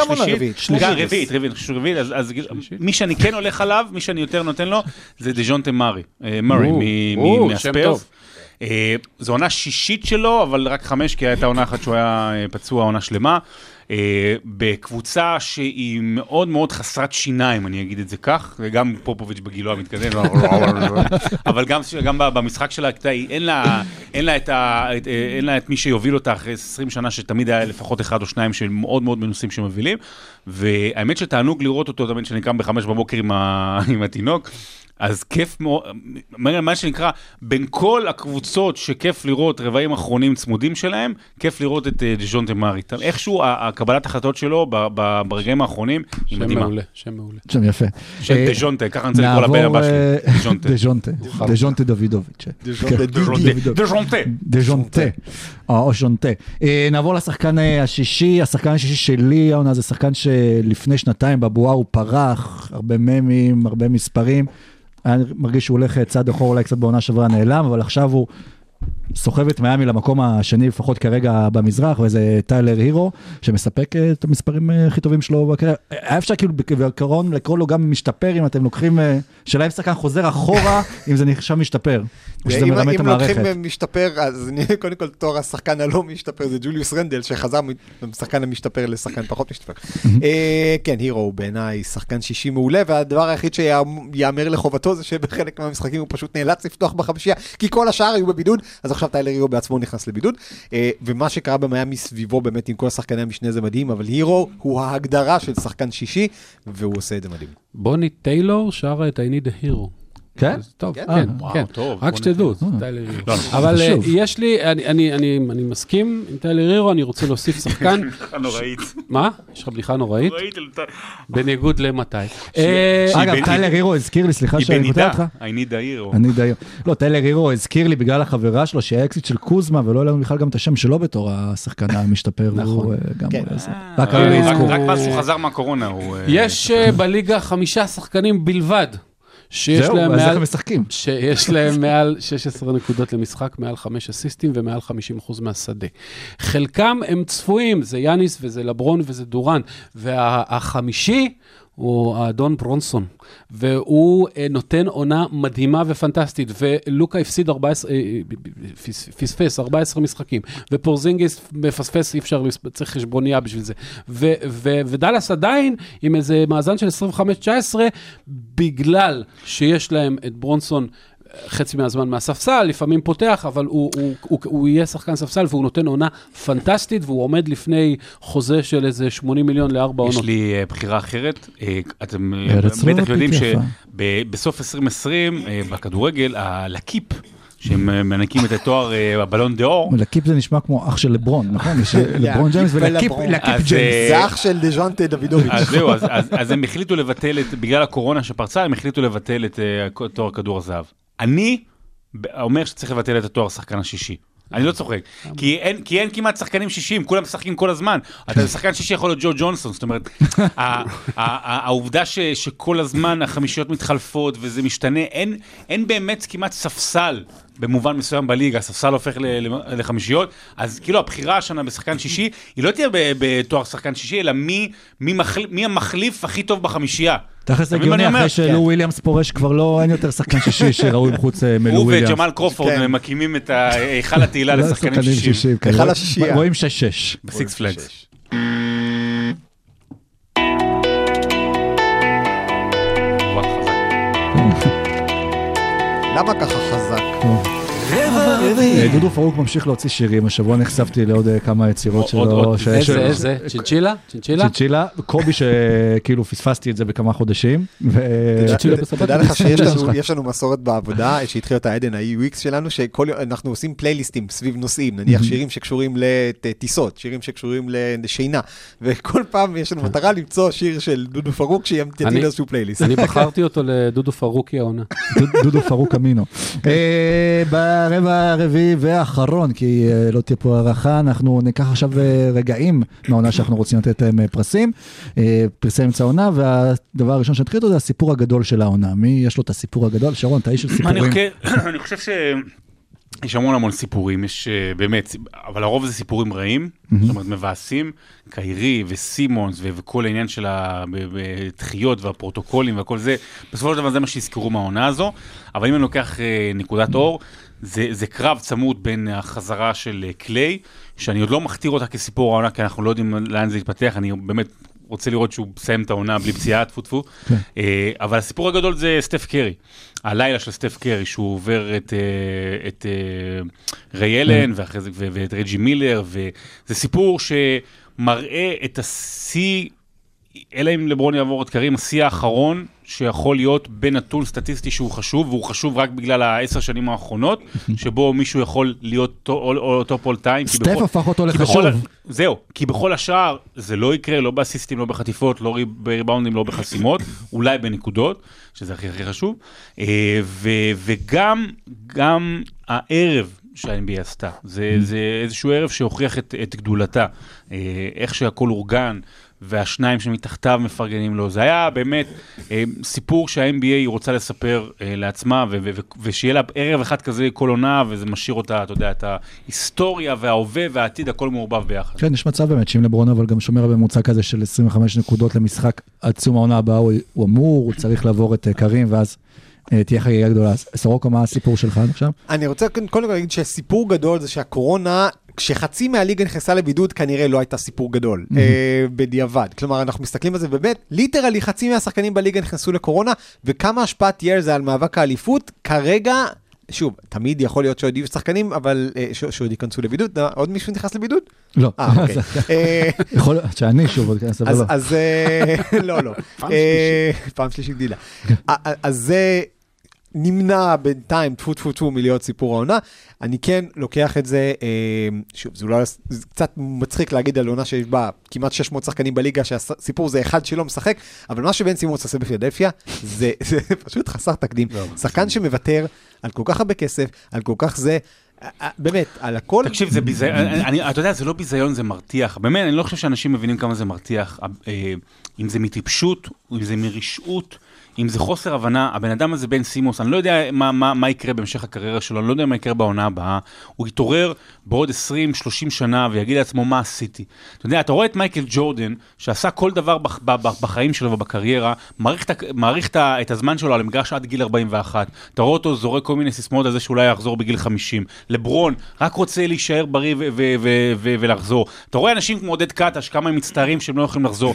רביעית, אז מי שאני כן הולך עליו, מי שאני יותר נותן לו, זה דז'ונטה מרי מהספיירס. זו עונה שישית שלו, אבל רק 5, כי הייתה עונה אחת שהוא היה פצוע עונה שלמה. בקבוצה שהיא מאוד מאוד חסרת שיניים, אני אגיד את זה כך, וגם פופוביץ' בגילו המתקדם, אבל גם במשחק שלה, אין לה את מי שיוביל אותה אחרי 20 שנה, שתמיד היה לפחות אחד או שניים של מאוד מאוד מנוסים שמובילים, והאמת שתענוג לראות אותו, תמיד שאני קם ב5 בבוקר עם התינוק, אז כיף מאוד, מה שנקרא, בין כל הקבוצות שכיף לראות רבעים אחרונים צמודים שלהם, כיף לראות את דז'ונטה מרי. איכשהו הקבלת החלטות שלו ברגעים האחרונים היא מדהימה. שם מעולה. שם יפה. של דז'ונטה, ככה אני רוצה לקרוא לבן הבא שלי. דז'ונטה דוידוביץ'. דז'ונטה. או ז'ונטה. נעבור לשחקן השישי. השחקן השישי שלי, העונה, זה שחקן שלפני שנתיים בבועה הוא פרח, הרבה ממים, הרבה מספרים. אני מרגיש שהוא הולך צעד אחור, אולי קצת בעונה שעברה נעלם, אבל עכשיו הוא סוחב את מיאמי למקום השני, לפחות כרגע במזרח, וזה טיילר הירו, שמספק את המספרים הכי טובים שלו בקריירה. היה אפשר כאילו בעיקרון לקרוא לו גם משתפר, אם אתם לוקחים, שאלה אם שחקן חוזר אחורה, אם זה נחשב משתפר, או שזה מרמה את המערכת. אם לוקחים משתפר, אז קודם כל תואר השחקן הלא משתפר, זה ג'וליוס רנדל, שחזר משחקן המשתפר לשחקן פחות משתפר. כן, הירו הוא בעיניי שחקן שישי מעולה, והדבר היחיד שיאמר לחובתו זה שבחלק מהמשחקים הוא פשוט נאלץ לפתוח בחמישייה, כי כל השאר היו בבידוד, אז עכשיו טיילר הירו בעצמו נכנס לבידוד, ומה שקרה במיאמי סביבו באמת עם כל השחקני המשנה זה מדהים, אבל הירו הוא ההגדרה של שחקן שישי, והוא עושה את זה מדהים. בוני טיילור שרה את I need a hero. כן? טוב, כן? כן, וואו, כן. טוב, רק בוא שתדעו, נתחיל. טיילר הירו. לא, אבל חשוב. יש לי, אני מסכים עם טיילר הירו, אני רוצה להוסיף שחקן. נוראית. מה? יש לך בדיחה נוראית? בניגוד למתי. אגב, טיילר הירו הזכיר לי, סליחה היא שאני קוטע בנידה, אותך. I need a hero. אני די... לא, טיילר הירו הזכיר לי בגלל החברה שלו, שהאקזיט של קוזמה, ולא היה לנו בכלל גם את השם שלו בתור השחקן המשתפר. נכון. גם כן. רק רק מאז שהוא חזר מהקורונה הוא... יש בליגה 5 שחקנים בלבד, שיש זהו, להם אז איך מעל... הם משחקים? שיש להם מעל 16 נקודות למשחק, מעל 5 אסיסטים ומעל 50% מהשדה. חלקם הם צפויים, זה יאניס וזה לברון וזה דורן, והחמישי הוא האדון ברונסון, והוא נותן עונה מדהימה ופנטסטית, ולוקה הפסיד 14 משחקים, ופורזינגיס מפספס, אי אפשר, צריך חשבוניה בשביל זה, ודלס עדיין עם איזה מאזן של 25-19, בגלל שיש להם את ברונסון, חצי מהזמן מהספסל, לפעמים פותח, אבל הוא יהיה שחקן ספסל, והוא נותן עונה פנטסטית, והוא עומד לפני חוזה של איזה 80 מיליון ל4 עונות. יש לי בחירה אחרת, אתם בטח יודעים שבסוף 2020, בכדורגל, לקיפ, שהם מנקים את התואר הבלון דה אור. לקיפ זה נשמע כמו אח של לברון, נכון? יש לברון ג'יימס ולקיפ ג'יימס. זה אח של דז'אנטה דוידוביץ'. אז זהו, אז הם החליטו לבטל, בגלל הקורונה שפרצה, הם החליטו לבטל את תואר כדור הזהב. אני אומר שצריך לבטל את התואר שחקן השישי. אני לא צוחק. כי אין כמעט שחקנים שישיים, כולם משחקים כל הזמן. אתה שחקן שישי יכול להיות ג'ו ג'ונסון, זאת אומרת, העובדה שכל הזמן החמישיות מתחלפות וזה משתנה, אין באמת כמעט ספסל במובן מסוים בליגה, הספסל הופך לחמישיות, אז כאילו הבחירה השנה בשחקן שישי, היא לא תהיה בתואר שחקן שישי, אלא מי המחליף הכי טוב בחמישייה. תכלס הגיוני, אחרי שלו וויליאמס פורש, כבר לא, אין יותר שחקן שישי שראוי בחוץ מלו וויליאמס. הוא וג'מאל קרופורד מקימים את היכל התהילה לשחקנים שישיים. היכל השישייה. רואים 6-6. בסיקס פלגס. למה ככה חזק? דודו פרוק ממשיך להוציא שירים, השבוע נחשפתי לעוד כמה יצירות שלו. איזה? צ'ינצ'ילה? צ'ינצ'ילה, קובי שכאילו פספסתי את זה בכמה חודשים. תדע לך שיש לנו מסורת בעבודה, שהתחיל אותה עדן, ה-UX שלנו, שאנחנו עושים פלייליסטים סביב נושאים, נניח שירים שקשורים לטיסות, שירים שקשורים לשינה, וכל פעם יש לנו מטרה למצוא שיר של דודו פרוק, שיתאים איזשהו פלייליסט. אני בחרתי אותו לדודו פרוקי העונה. דודו פרוק אמינו. ברבע הרביעי והאחרון, כי לא תהיה פה הערכה, אנחנו ניקח עכשיו רגעים מהעונה שאנחנו רוצים לתת להם פרסים, פרסי אמצע העונה, והדבר הראשון שנתחיל אותו זה הסיפור הגדול של העונה. מי יש לו את הסיפור הגדול? שרון, אתה איש של סיפורים. אני חושב יש המון סיפורים, יש באמת, אבל הרוב זה סיפורים רעים, זאת אומרת מבאסים, קיירי וסימונס וכל העניין של התחיות והפרוטוקולים וכל זה, בסופו של דבר זה מה שיזכרו מהעונה הזו, אבל אם אני לוקח נקודת אור, זה קרב צמוד בין החזרה של קליי, שאני עוד לא מכתיר אותה כסיפור העונה, כי אנחנו לא יודעים לאן זה יתפתח, אני באמת רוצה לראות שהוא מסיים את העונה בלי פציעה, טפו. אבל הסיפור הגדול זה סטף קרי. הלילה של סטף קרי, שהוא עובר את ריי אלן, ואת רג'י מילר, וזה סיפור שמראה את השיא, אלא אם לברון יעבור את קרים, השיא האחרון שיכול להיות בנתון סטטיסטי שהוא חשוב, והוא חשוב רק בגלל 10 שנים האחרונות, שבו מישהו יכול להיות טופ אול טיים. סטף הפך אותו לחשוב. זהו, כי בכל השאר זה לא יקרה, לא באסיסטים, לא בחטיפות, לא בריבאונדים, לא בחסימות, אולי בנקודות, שזה הכי חשוב, וגם הערב שה-NBA עשתה, זה איזשהו ערב שהוכיח את גדולתה, איך שהכל אורגן, והשניים שמתחתיו מפרגנים לו. זה היה באמת סיפור שה-NBA רוצה לספר לעצמה, ושיהיה לה ערב אחד כזה כל עונה, וזה משאיר אותה, אתה יודע, את ההיסטוריה וההווה והעתיד, הכל מעורבב ביחד. כן, יש מצב באמת, שאם לברון אבל גם שומר בממוצע כזה של 25 נקודות למשחק עד סיום העונה הבאה, הוא אמור, הוא צריך לעבור את קרים, ואז תהיה חגיגה גדולה. סורוקה, מה הסיפור שלך עכשיו? אני רוצה קודם כל להגיד שהסיפור גדול זה שהקורונה, כשחצי מהליגה נכנסה לבידוד, כנראה לא הייתה סיפור גדול, בדיעבד. כלומר, אנחנו מסתכלים על זה באמת, ליטרלי חצי מהשחקנים בליגה נכנסו לקורונה, וכמה השפעת תהיה זה על מאבק האליפות, כרגע, שוב, תמיד יכול להיות שעוד יהיו שחקנים, אבל שעוד ייכנסו לבידוד. עוד מישהו נכנס לבידוד? לא. אוקיי. יכול להיות שאני שוב עוד כנס, אבל לא. אז לא. פעם שלישית גילה. אז זה, נמנע בינתיים, טפו מלהיות סיפור העונה. אני כן לוקח את זה, שוב, זה אולי קצת מצחיק להגיד על עונה שיש בה כמעט 600 שחקנים בליגה, שהסיפור זה אחד שלא משחק, אבל מה שבן סימונס עושה בפילדלפיה, זה פשוט חסר תקדים. שחקן שמוותר על כל כך הרבה כסף, על כל כך זה, באמת, על הכל. תקשיב, זה ביזיון, אתה יודע, זה לא ביזיון, זה מרתיח. באמת, אני לא חושב שאנשים מבינים כמה זה מרתיח. אם זה מטיפשות, או אם זה מרשעות, אם זה חוסר הבנה, הבן אדם הזה בן סימונס, אני לא יודע מה יקרה בהמשך הקריירה שלו, אני לא יודע מה יקרה בעונה הבאה, הוא יתעורר בעוד 20-30 שנה ויגיד לעצמו מה עשיתי. אתה יודע, אתה רואה את מייקל ג'ורדן, שעשה כל דבר בחיים שלו ובקריירה, מעריך את הזמן שלו על המגרש עד גיל 41. אתה רואה אותו זורק כל מיני סיסמאות על זה שאולי יחזור בגיל 50. לברון רק רוצה להישאר בריא ולחזור. אתה רואה אנשים כמו עודד קטש, כמה הם מצטערים שהם לא יכולים לחזור.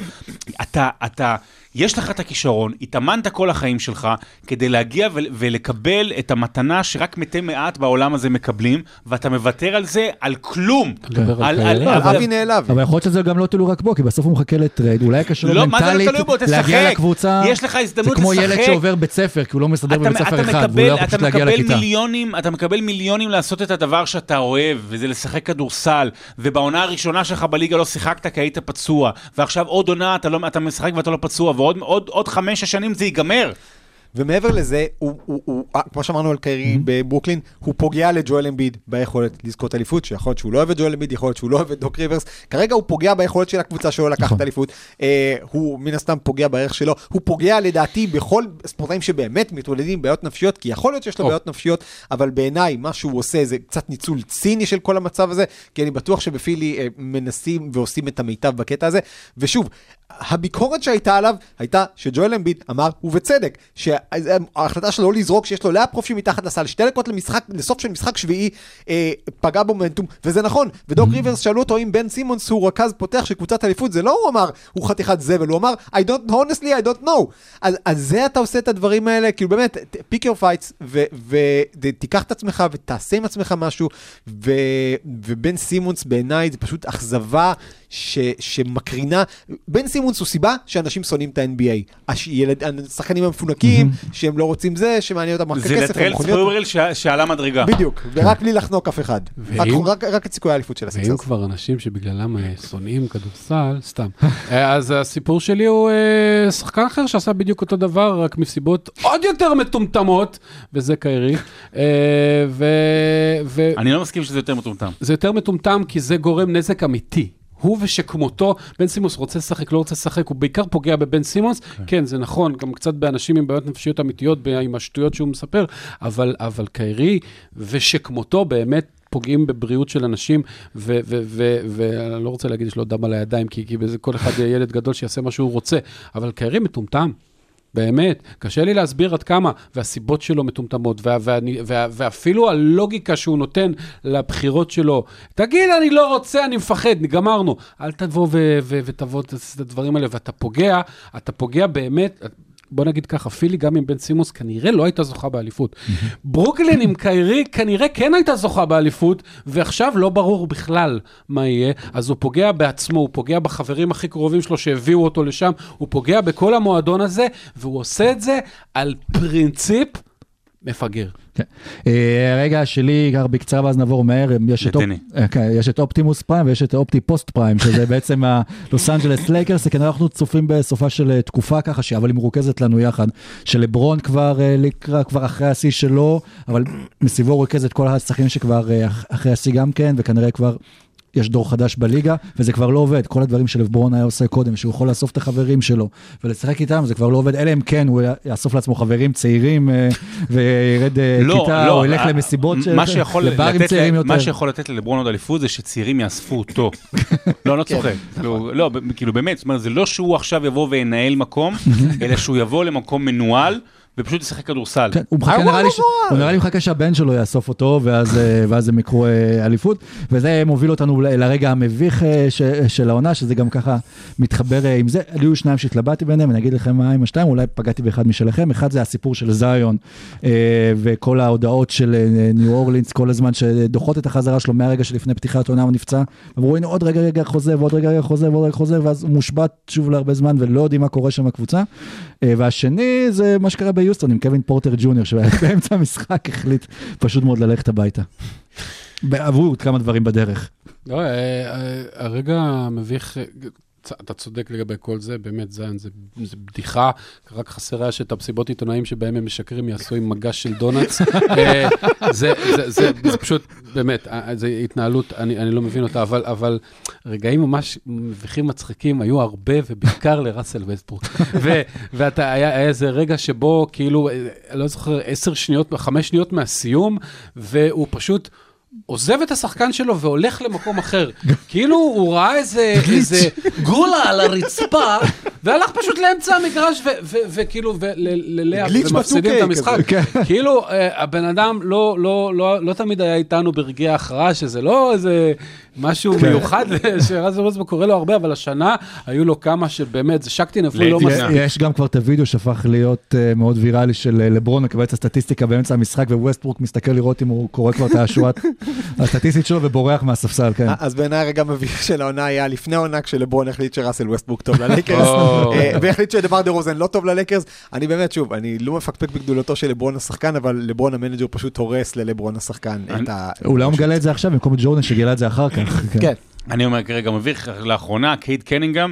יש לך את הכישרון, התאמנת כל החיים שלך, כדי להגיע ולקבל את המתנה שרק מתי מעט בעולם הזה מקבלים, ואתה מוותר על זה, על כלום. אבי נעלב. אבל יכול להיות שזה גם לא תלוי רק בו, כי בסוף הוא מחכה לטרייד, אולי קשה לו מנטלית להגיע לקבוצה. יש לך הזדמנות לשחק. זה כמו ילד שעובר בית ספר, כי הוא לא מסדר בבית ספר אחד, והוא לא פשוט להגיע לכיתה. אתה מקבל מיליונים לעשות את הדבר שאתה אוהב, וזה לשחק כדורסל, ובעונה הראשונה שלך בליגה לא שיחקת כי היית פצוע, ועכשיו עוד עונה אתה משחק ואתה לא פצוע, עוד 5 שנים זה ייגמר. ומעבר לזה, כמו שאמרנו על קיירי בברוקלין, הוא פוגע לג'ואל אמביד ביכולת לזכות אליפות, שיכול להיות שהוא לא אוהב את ג'ואל אמביד, יכול להיות שהוא לא אוהב את דוק ריברס, כרגע הוא פוגע ביכולת של הקבוצה שלו לקחת אליפות, הוא מן הסתם פוגע בערך שלו, הוא פוגע לדעתי בכל ספורטאים שבאמת מתמודדים בעיות נפשיות, כי יכול להיות שיש לו בעיות נפשיות, אבל בעיניי מה שהוא עושה זה קצת ניצול ציני של כל המצב הזה, כי אני בטוח שבפילי מנסים ועושים את המיטב בקטע הזה, ושוב, הביקורת שהייתה עליו הייתה שג'ואל אמביד אמר, ובצדק, שההחלטה שלו לא לזרוק שיש לו לאפ חופשי מתחת לסל, 2 דקות לסוף של משחק שביעי, פגע במומנטום, וזה נכון, ודוק ריברס שאלו אותו אם בן סימונס הוא רכז פותח של קבוצת אליפות, זה לא הוא אמר, הוא חתיכת זבל, הוא אמר, honestly, I don't know. אז זה אתה עושה את הדברים האלה, כאילו באמת, pick your fights, ותיקח את עצמך, ותעשה עם עצמך משהו, ובן סימונס בעיניי זה פשוט אכזבה שמקרינה, בן סימונס הוא סיבה שאנשים שונאים את ה-NBA. השחקנים המפונקים, שהם לא רוצים זה, שמעניין אותם רק כסף. זה לטרל ספוירל שעלה מדרגה. בדיוק, ורק בלי לחנוק אף אחד. רק את סיכוי האליפות של הסקסס. והיו כבר אנשים שבגללם שונאים כדורסל, סתם. אז הסיפור שלי הוא שחקן אחר שעשה בדיוק אותו דבר, רק מסיבות עוד יותר מטומטמות, וזה קיירי. אני לא מסכים שזה יותר מטומטם. זה יותר מטומטם כי זה גורם נזק אמיתי. הוא ושכמותו, בן סימונס רוצה לשחק, לא רוצה לשחק, הוא בעיקר פוגע בבן סימונס, כן, זה נכון, גם קצת באנשים עם בעיות נפשיות אמיתיות, עם השטויות שהוא מספר, אבל קיירי ושכמותו באמת פוגעים בבריאות של אנשים, ואני לא רוצה להגיד יש לו דם על הידיים, כי כל אחד ילד גדול שיעשה מה שהוא רוצה, אבל קיירי מטומטם. באמת, קשה לי להסביר עד כמה, והסיבות שלו מטומטמות, ואפילו הלוגיקה שהוא נותן לבחירות שלו, תגיד, אני לא רוצה, אני מפחד, גמרנו. אל תבוא ותבוא את הדברים האלה, ואתה פוגע באמת, בוא נגיד ככה, פילי גם עם בן סימונס כנראה לא הייתה זוכה באליפות. ברוקלין עם קיירי כנראה כן הייתה זוכה באליפות, ועכשיו לא ברור בכלל מה יהיה, אז הוא פוגע בעצמו, הוא פוגע בחברים הכי קרובים שלו שהביאו אותו לשם, הוא פוגע בכל המועדון הזה, והוא עושה את זה על פרינציפ מפגר. רגע שלי, גר בקצרה ואז נעבור מהר, יש את אופטימוס פריים ויש את אופטי פוסט פריים, שזה בעצם הלוס אנג'לס לייקרס, כי אנחנו צופים בסופה של תקופה ככה, אבל היא מרוכזת לנו יחד, שלברון כבר אחרי השיא שלו, אבל מסביבו הוא רכז את כל השחקנים שכבר אחרי השיא גם כן, וכנראה כבר יש דור חדש בליגה, וזה כבר לא עובד. כל הדברים שלברון היה עושה קודם, שהוא יכול לאסוף את החברים שלו, ולשחק איתם, זה כבר לא עובד. אלה הם כן, הוא יאסוף לעצמו חברים צעירים, וירד כיתה, או ילך למסיבות, לברים צעירים יותר. מה שיכול לתת לברון עוד אליפות, זה שצעירים יאספו אותו. לא צוחק. לא, כאילו באמת, זאת אומרת, זה לא שהוא עכשיו יבוא וינהל מקום, אלא שהוא יבוא למקום מנוהל, ופשוט ישחק כדורסל. הוא נראה לי מחכה שהבן שלו יאסוף אותו, ואז הם יקרו אליפות, וזה מוביל אותנו לרגע המביך של העונה, שזה גם ככה מתחבר עם זה. היו 2 שהתלבטתי ביניהם, אני אגיד לכם מה עם ה2, אולי פגעתי באחד משלכם. אחד זה הסיפור של זיון, וכל ההודעות של ניו אורלינס, כל הזמן שדוחות את החזרה שלו מהרגע שלפני פתיחת העונה הוא נפצע, אמרו, הנה עוד רגע חוזר, ועוד רגע חוזר, ואז הוא מושבת שוב להרבה זמן, ולא יודעים מה קורה שם בקבוצה. והשני זה מה שקרה ביוסטון עם קווין פורטר ג'וניור, שבאמצע המשחק החליט פשוט מאוד ללכת הביתה. עברו עוד כמה דברים בדרך. לא, הרגע מביך, אתה צודק לגבי כל זה, באמת, זה בדיחה, רק חסר היה שאת המסיבות עיתונאים שבהם הם משקרים יעשו עם מגש של דונטס. זה פשוט, באמת, זו התנהלות, אני לא מבין אותה, אבל רגעים ממש מביכים מצחיקים היו הרבה, ובעיקר לראסל ווסטברוק. היה איזה רגע שבו, כאילו, לא זוכר, 10 שניות, 5 שניות מהסיום, והוא פשוט עוזב את השחקן שלו והולך למקום אחר. כאילו הוא ראה איזה גולה על הרצפה, והלך פשוט לאמצע המגרש, וכאילו, ללאה, ומפסידים את המשחק. כאילו, הבן אדם לא תמיד היה איתנו ברגעי ההכרעה, שזה לא איזה משהו מיוחד, שרז ורוזבו קורא לו הרבה, אבל השנה היו לו כמה שבאמת, זה שקטי נפול לא מספיק. יש גם כבר את הוידאו שהפך להיות מאוד ויראלי של לברון, מקבל את הסטטיסטיקה באמצע המשחק, וווסטברוק מסתכל לראות אם הוא קורא כבר את השורת הסטטיסטית שלו ובורח מהספסל, כן. אז בעיניי הרגע מביך של העונה היה לפני העונה, כשלברון החליט שראסל ווסטברוק טוב ללייקרס, והחליט שדמר דה רוזן לא טוב ללייקרס. אני באמת, שוב, אני לא מפקפק בגדולתו של לברון השחקן, אבל לברון המנג'ר פשוט הורס ללברון השחקן את ה... אולי הוא מגלה את זה עכשיו, במקום ג'ורדן שגילה את זה אחר כך. כן. אני אומר כרגע מביך, לאחרונה קייד קנינגהם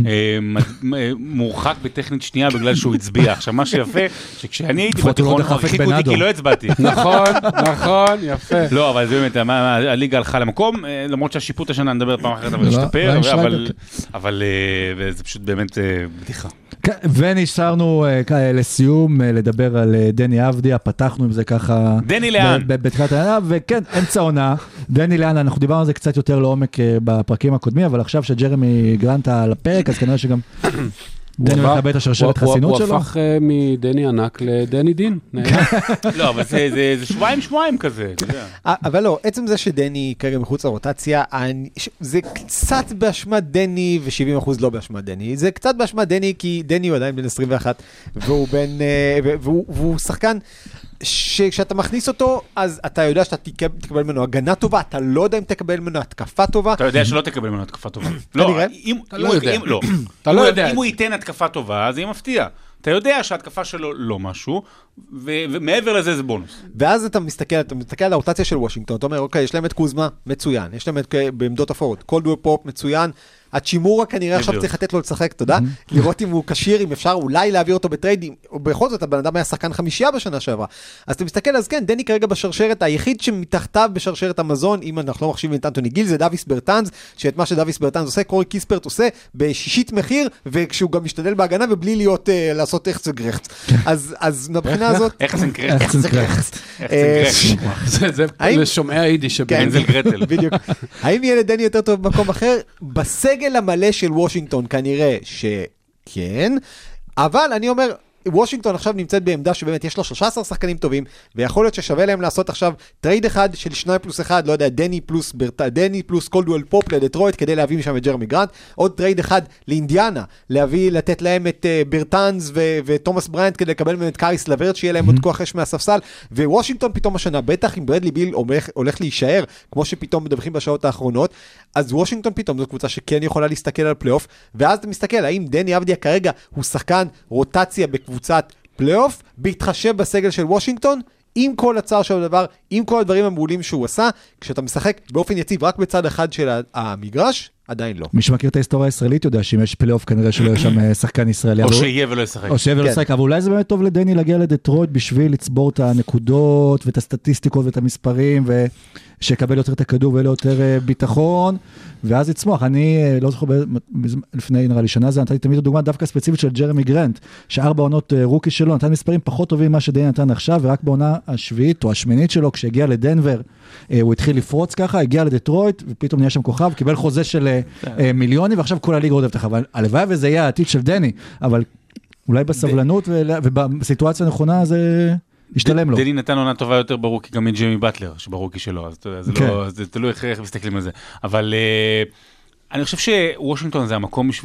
מורחק בטכנית שנייה בגלל שהוא הצביע. עכשיו מה שיפה, שכשאני הייתי בתיכון, הרחיקו אותי כי לא הצבעתי. נכון, יפה. לא, אבל זה באמת, הליגה הלכה למקום, למרות שהשיפוט השנה נדבר פעם אחרת, אבל השתפר, אבל זה פשוט באמת בדיחה. ונשארנו לסיום לדבר על דני אבדיה, פתחנו עם זה ככה... דני לאן? בתחילת העונה, וכן, אמצע עונה, דני לאן, אנחנו דיברנו על זה קצת יותר לעומק בפרקים הקודמים, אבל עכשיו שג'רמי גרנט על הפרק, אז כנראה שגם דני מקבל את השרשרת חסינות שלו. הוא הפך מדני ענק לדני דין. לא, אבל זה שבועיים כזה. אבל לא, עצם זה שדני כרגע מחוץ לרוטציה, זה קצת באשמת דני ו70% לא באשמת דני. זה קצת באשמת דני כי דני הוא עדיין בן 21, והוא שחקן שכשאתה מכניס אותו, אז אתה יודע שאתה תקבל ממנו הגנה טובה, אתה לא יודע אם תקבל ממנו התקפה טובה. אתה יודע שלא תקבל ממנו התקפה טובה. אתה לא יודע. אם הוא ייתן התקפה טובה, אז זה מפתיע. אתה יודע שההתקפה שלו לא משהו, ומעבר לזה זה בונוס. ואז אתה מסתכל על הרוטציה של וושינגטון, אתה אומר, אוקיי, יש להם את קוזמה, מצוין. יש להם בעמדות הפורוד, קולדוול פופ, מצוין. הצ'ימורה כנראה עכשיו צריך לתת לו לשחק, תודה. לראות אם הוא קשיר, אם אפשר אולי להעביר אותו בטריידים, ובכל זאת הבן אדם היה שחקן 5 בשנה שעברה. אז אתה מסתכל, אז כן, דני כרגע בשרשרת, היחיד שמתחתיו בשרשרת המזון, אם אנחנו לא מחשיבים את אנטוני גיל, זה דוויס ברטנז, שאת מה שדוויס ברטנז עושה, קורי קיספרט עושה בשישית מחיר, וכשהוא גם משתדל בהגנה, ובלי להיות, לעשות איך זה גרחט. אז מבחינה הזאת... איך זה גרחט? זה לשומעי היידיש שבן זה גרטל. בדיוק. האם יהיה לדני יותר טוב במקום אחר? בסגל המלא של וושינגטון כנראה שכן, אבל אני אומר, וושינגטון עכשיו נמצאת בעמדה שבאמת יש לו 13 שחקנים טובים, ויכול להיות ששווה להם לעשות עכשיו טרייד אחד של 2+1, לא יודע, דני פלוס קולדוול פופ לדטרויט, כדי להביא משם את ג'רמי גרנט, עוד טרייד אחד לאינדיאנה, לתת להם את ברטנס ותומאס בריינט, כדי לקבל מהם את קאריס לברט, שיהיה להם עוד כוח אש מהספסל, ווושינגטון פתאום השנה, בטח אם ברדלי ביל הולך להישאר, כמו שפתאום מדווחים בשעות האחרונות, אז וושינגטון פתאום זו קבוצה שכן יכולה להסתכל על פלייאוף, ואז אתה מסתכל, האם דני אבדיה כרגע הוא שחקן רוטציה בקבוצת פלייאוף, בהתחשב בסגל של וושינגטון, עם כל הצער של הדבר, עם כל הדברים המעולים שהוא עשה, כשאתה משחק באופן יציב רק בצד אחד של המגרש, עדיין לא. מי שמכיר את ההיסטוריה הישראלית יודע שאם יש פלייאוף כנראה שלא יש שם שחקן ישראלי. או שיהיה ולא ישחק. או שיהיה ולא ישחק, אבל אולי זה באמת טוב לדני להגיע לדטרויט בשביל לצבור את הנקודות ואת הסטטיסטיקות ואת המספרים ושיקבל יותר את הכדור ולא יותר ביטחון, ואז יצמוח. אני לא זוכר לפני נראה לי שנה זה, נתתי תמיד דוגמה דווקא ספציפית של ג'רמי גרנט, ש4 עונות רוקי שלו, נתן מספרים פחות טובים ממה שדני נתן עכשיו, ורק בעונה השביעית או השמינית שלו, כשהגיע לדנבר, הוא התחיל לפרוץ ככה, הגיע לדטרויט, ופתאום נהיה שם כוכב, קיבל חוזה של מיליונים, ועכשיו כל הליגה רודפת לך, אבל הלוואי וזה יהיה העתיד של דני, אבל אולי בסבלנות ובסיטואציה הנכונה זה ישתלם לו. דני נתן עונה טובה יותר ברוקי גם מג'יימי באטלר, שברוקי שלו, אז זה תלוי איך מסתכלים על זה. אבל אני חושב שוושינגטון זה המקום בשבילו,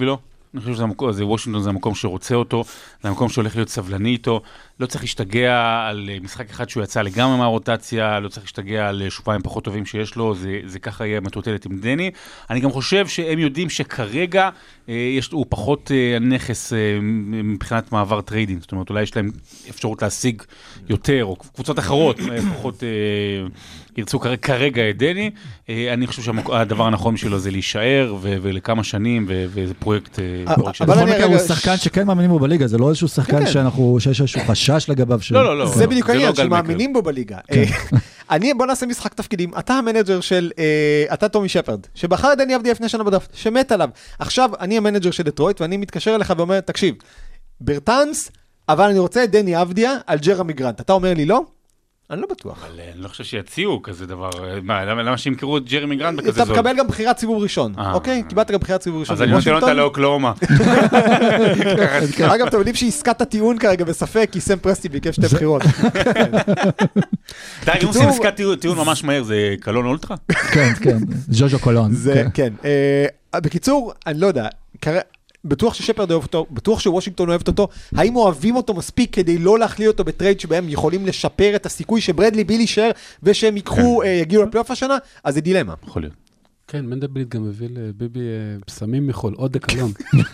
אני חושב שזה וושינגטון זה המקום שרוצה אותו, זה המקום שהולך להיות סבלני איתו, לא צריך להשתגע על משחק אחד שהוא יצא לגמרי מהרוטציה, לא צריך להשתגע על שופיים פחות טובים שיש לו, זה ככה יהיה מטוטלת עם דני. אני גם חושב שהם יודעים שכרגע הוא פחות נכס מבחינת מעבר טריידים, זאת אומרת, אולי יש להם אפשרות להשיג יותר, או קבוצות אחרות, פחות ירצו כרגע את דני. אני חושב שהדבר הנכון שלו זה להישאר, ולכמה שנים, וזה פרויקט... בכל מקרה הוא שחקן שכן מאמינים בו בליגה, זה לא איזשהו שחקן שיש איזשהו חשש לגביו. לא. זה בדיוק העניין, שמאמינים בו בליגה. בוא נעשה משחק תפקידים. אתה המנג'ר של... אתה טומי שפרד, שבחר את דני אבדיה לפני שנה בדראפט, שמת עליו. עכשיו אני המנג'ר של דטרויט, ואני מתקשר אליך ואומר, תקשיב, ברטנס, אבל אני רוצה את דני אבדיה על ג'רמי גרנט. אתה אומר לי לא? אני לא בטוח. אבל אני לא חושב שיציעו כזה דבר. למה שימכרו את ג'רמי גרנט בכזה זול? אתה מקבל גם בחירת סיבוב ראשון, אוקיי? קיבלת גם בחירת סיבוב ראשון. אז אני נותן אותה לאוקלאומה. אגב, אתם יודעים שעסקת הטיעון כרגע בספק, כי סם פרסטי ביקש 2 בחירות. די, אם עושים עסקת טיעון ממש מהר, זה קלון אולטרה? כן, ז'וז'ו קולון. כן. בקיצור, אני לא יודע, בטוח ששפרד אוהב אותו, בטוח שוושינגטון אוהבת אותו, האם אוהבים אותו מספיק כדי לא להכליל אותו בטרייד שבהם יכולים לשפר את הסיכוי שברדלי ביל יישאר ושהם יגיעו לפלייאוף השנה? אז זה דילמה. יכול להיות. כן, מנדלבליט גם מביא לביבי פסמים מחול, עוד דקלון.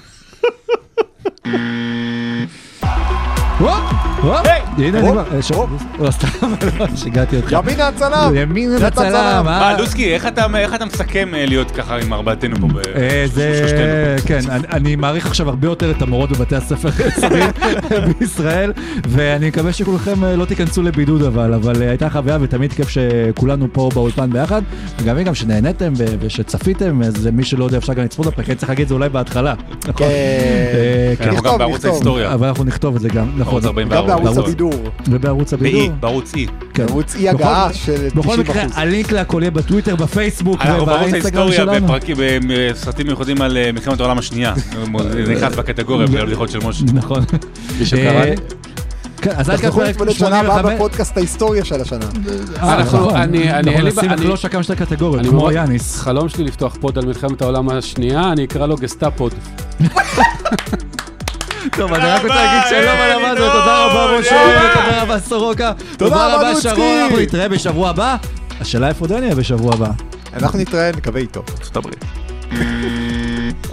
הנה אני כבר, סתם, שיגעתי אותך. ימין הצלם! ימין הצלם, לוסקי, איך אתה מסכם להיות ככה עם ארבעתנו פה זה, כן, אני מעריך עכשיו הרבה יותר את המורות בבתי הספר בישראל, ואני מקווה שכולכם לא תיכנסו לבידוד אבל הייתה חוויה ותמיד כיף שכולנו פה באולפן ביחד, וגם שנהנתם ושצפיתם, אז מי שלא יודע אפשר גם לצפות בפרק, צריך להגיד את זה אולי בהתחלה. אנחנו גם בערוץ ההיסטוריה. אבל אנחנו נכתוב את זה גם, נכון. גם בערוץ הבידור. ובערוץ הבידור. בערוץ אי. בערוץ אי הגעה של 90%. בכל מקרה, הלינק להכל יהיה בטוויטר, בפייסבוק אנחנו בערוץ ובאינסטגרם שלנו. ההיסטוריה, בסרטים מיוחדים על מלחמת העולם השנייה. זה נכנס בקטגוריה, בגלל בדיחות של משה. נכון. מישהו קרא לי? אז עד אנחנו נתמודד שנה הבאה בפודקאסט ההיסטוריה של השנה. אנחנו נשים לחלוש כמה שתי קטגוריות, כמו יאניס. חלום שלי לפתוח פוד על מלחמת העולם השנייה, אני אקרא לו גסטאפוד. טוב, אני רק רוצה להגיד שלום על המאזן, תודה רבה משה, ותודה רבה סורוקה, תודה רבה שרון, אנחנו נתראה בשבוע הבא. השאלה איפה דני יהיה בשבוע הבא? אנחנו נתראה, נקווה איתו. ארצות הברית.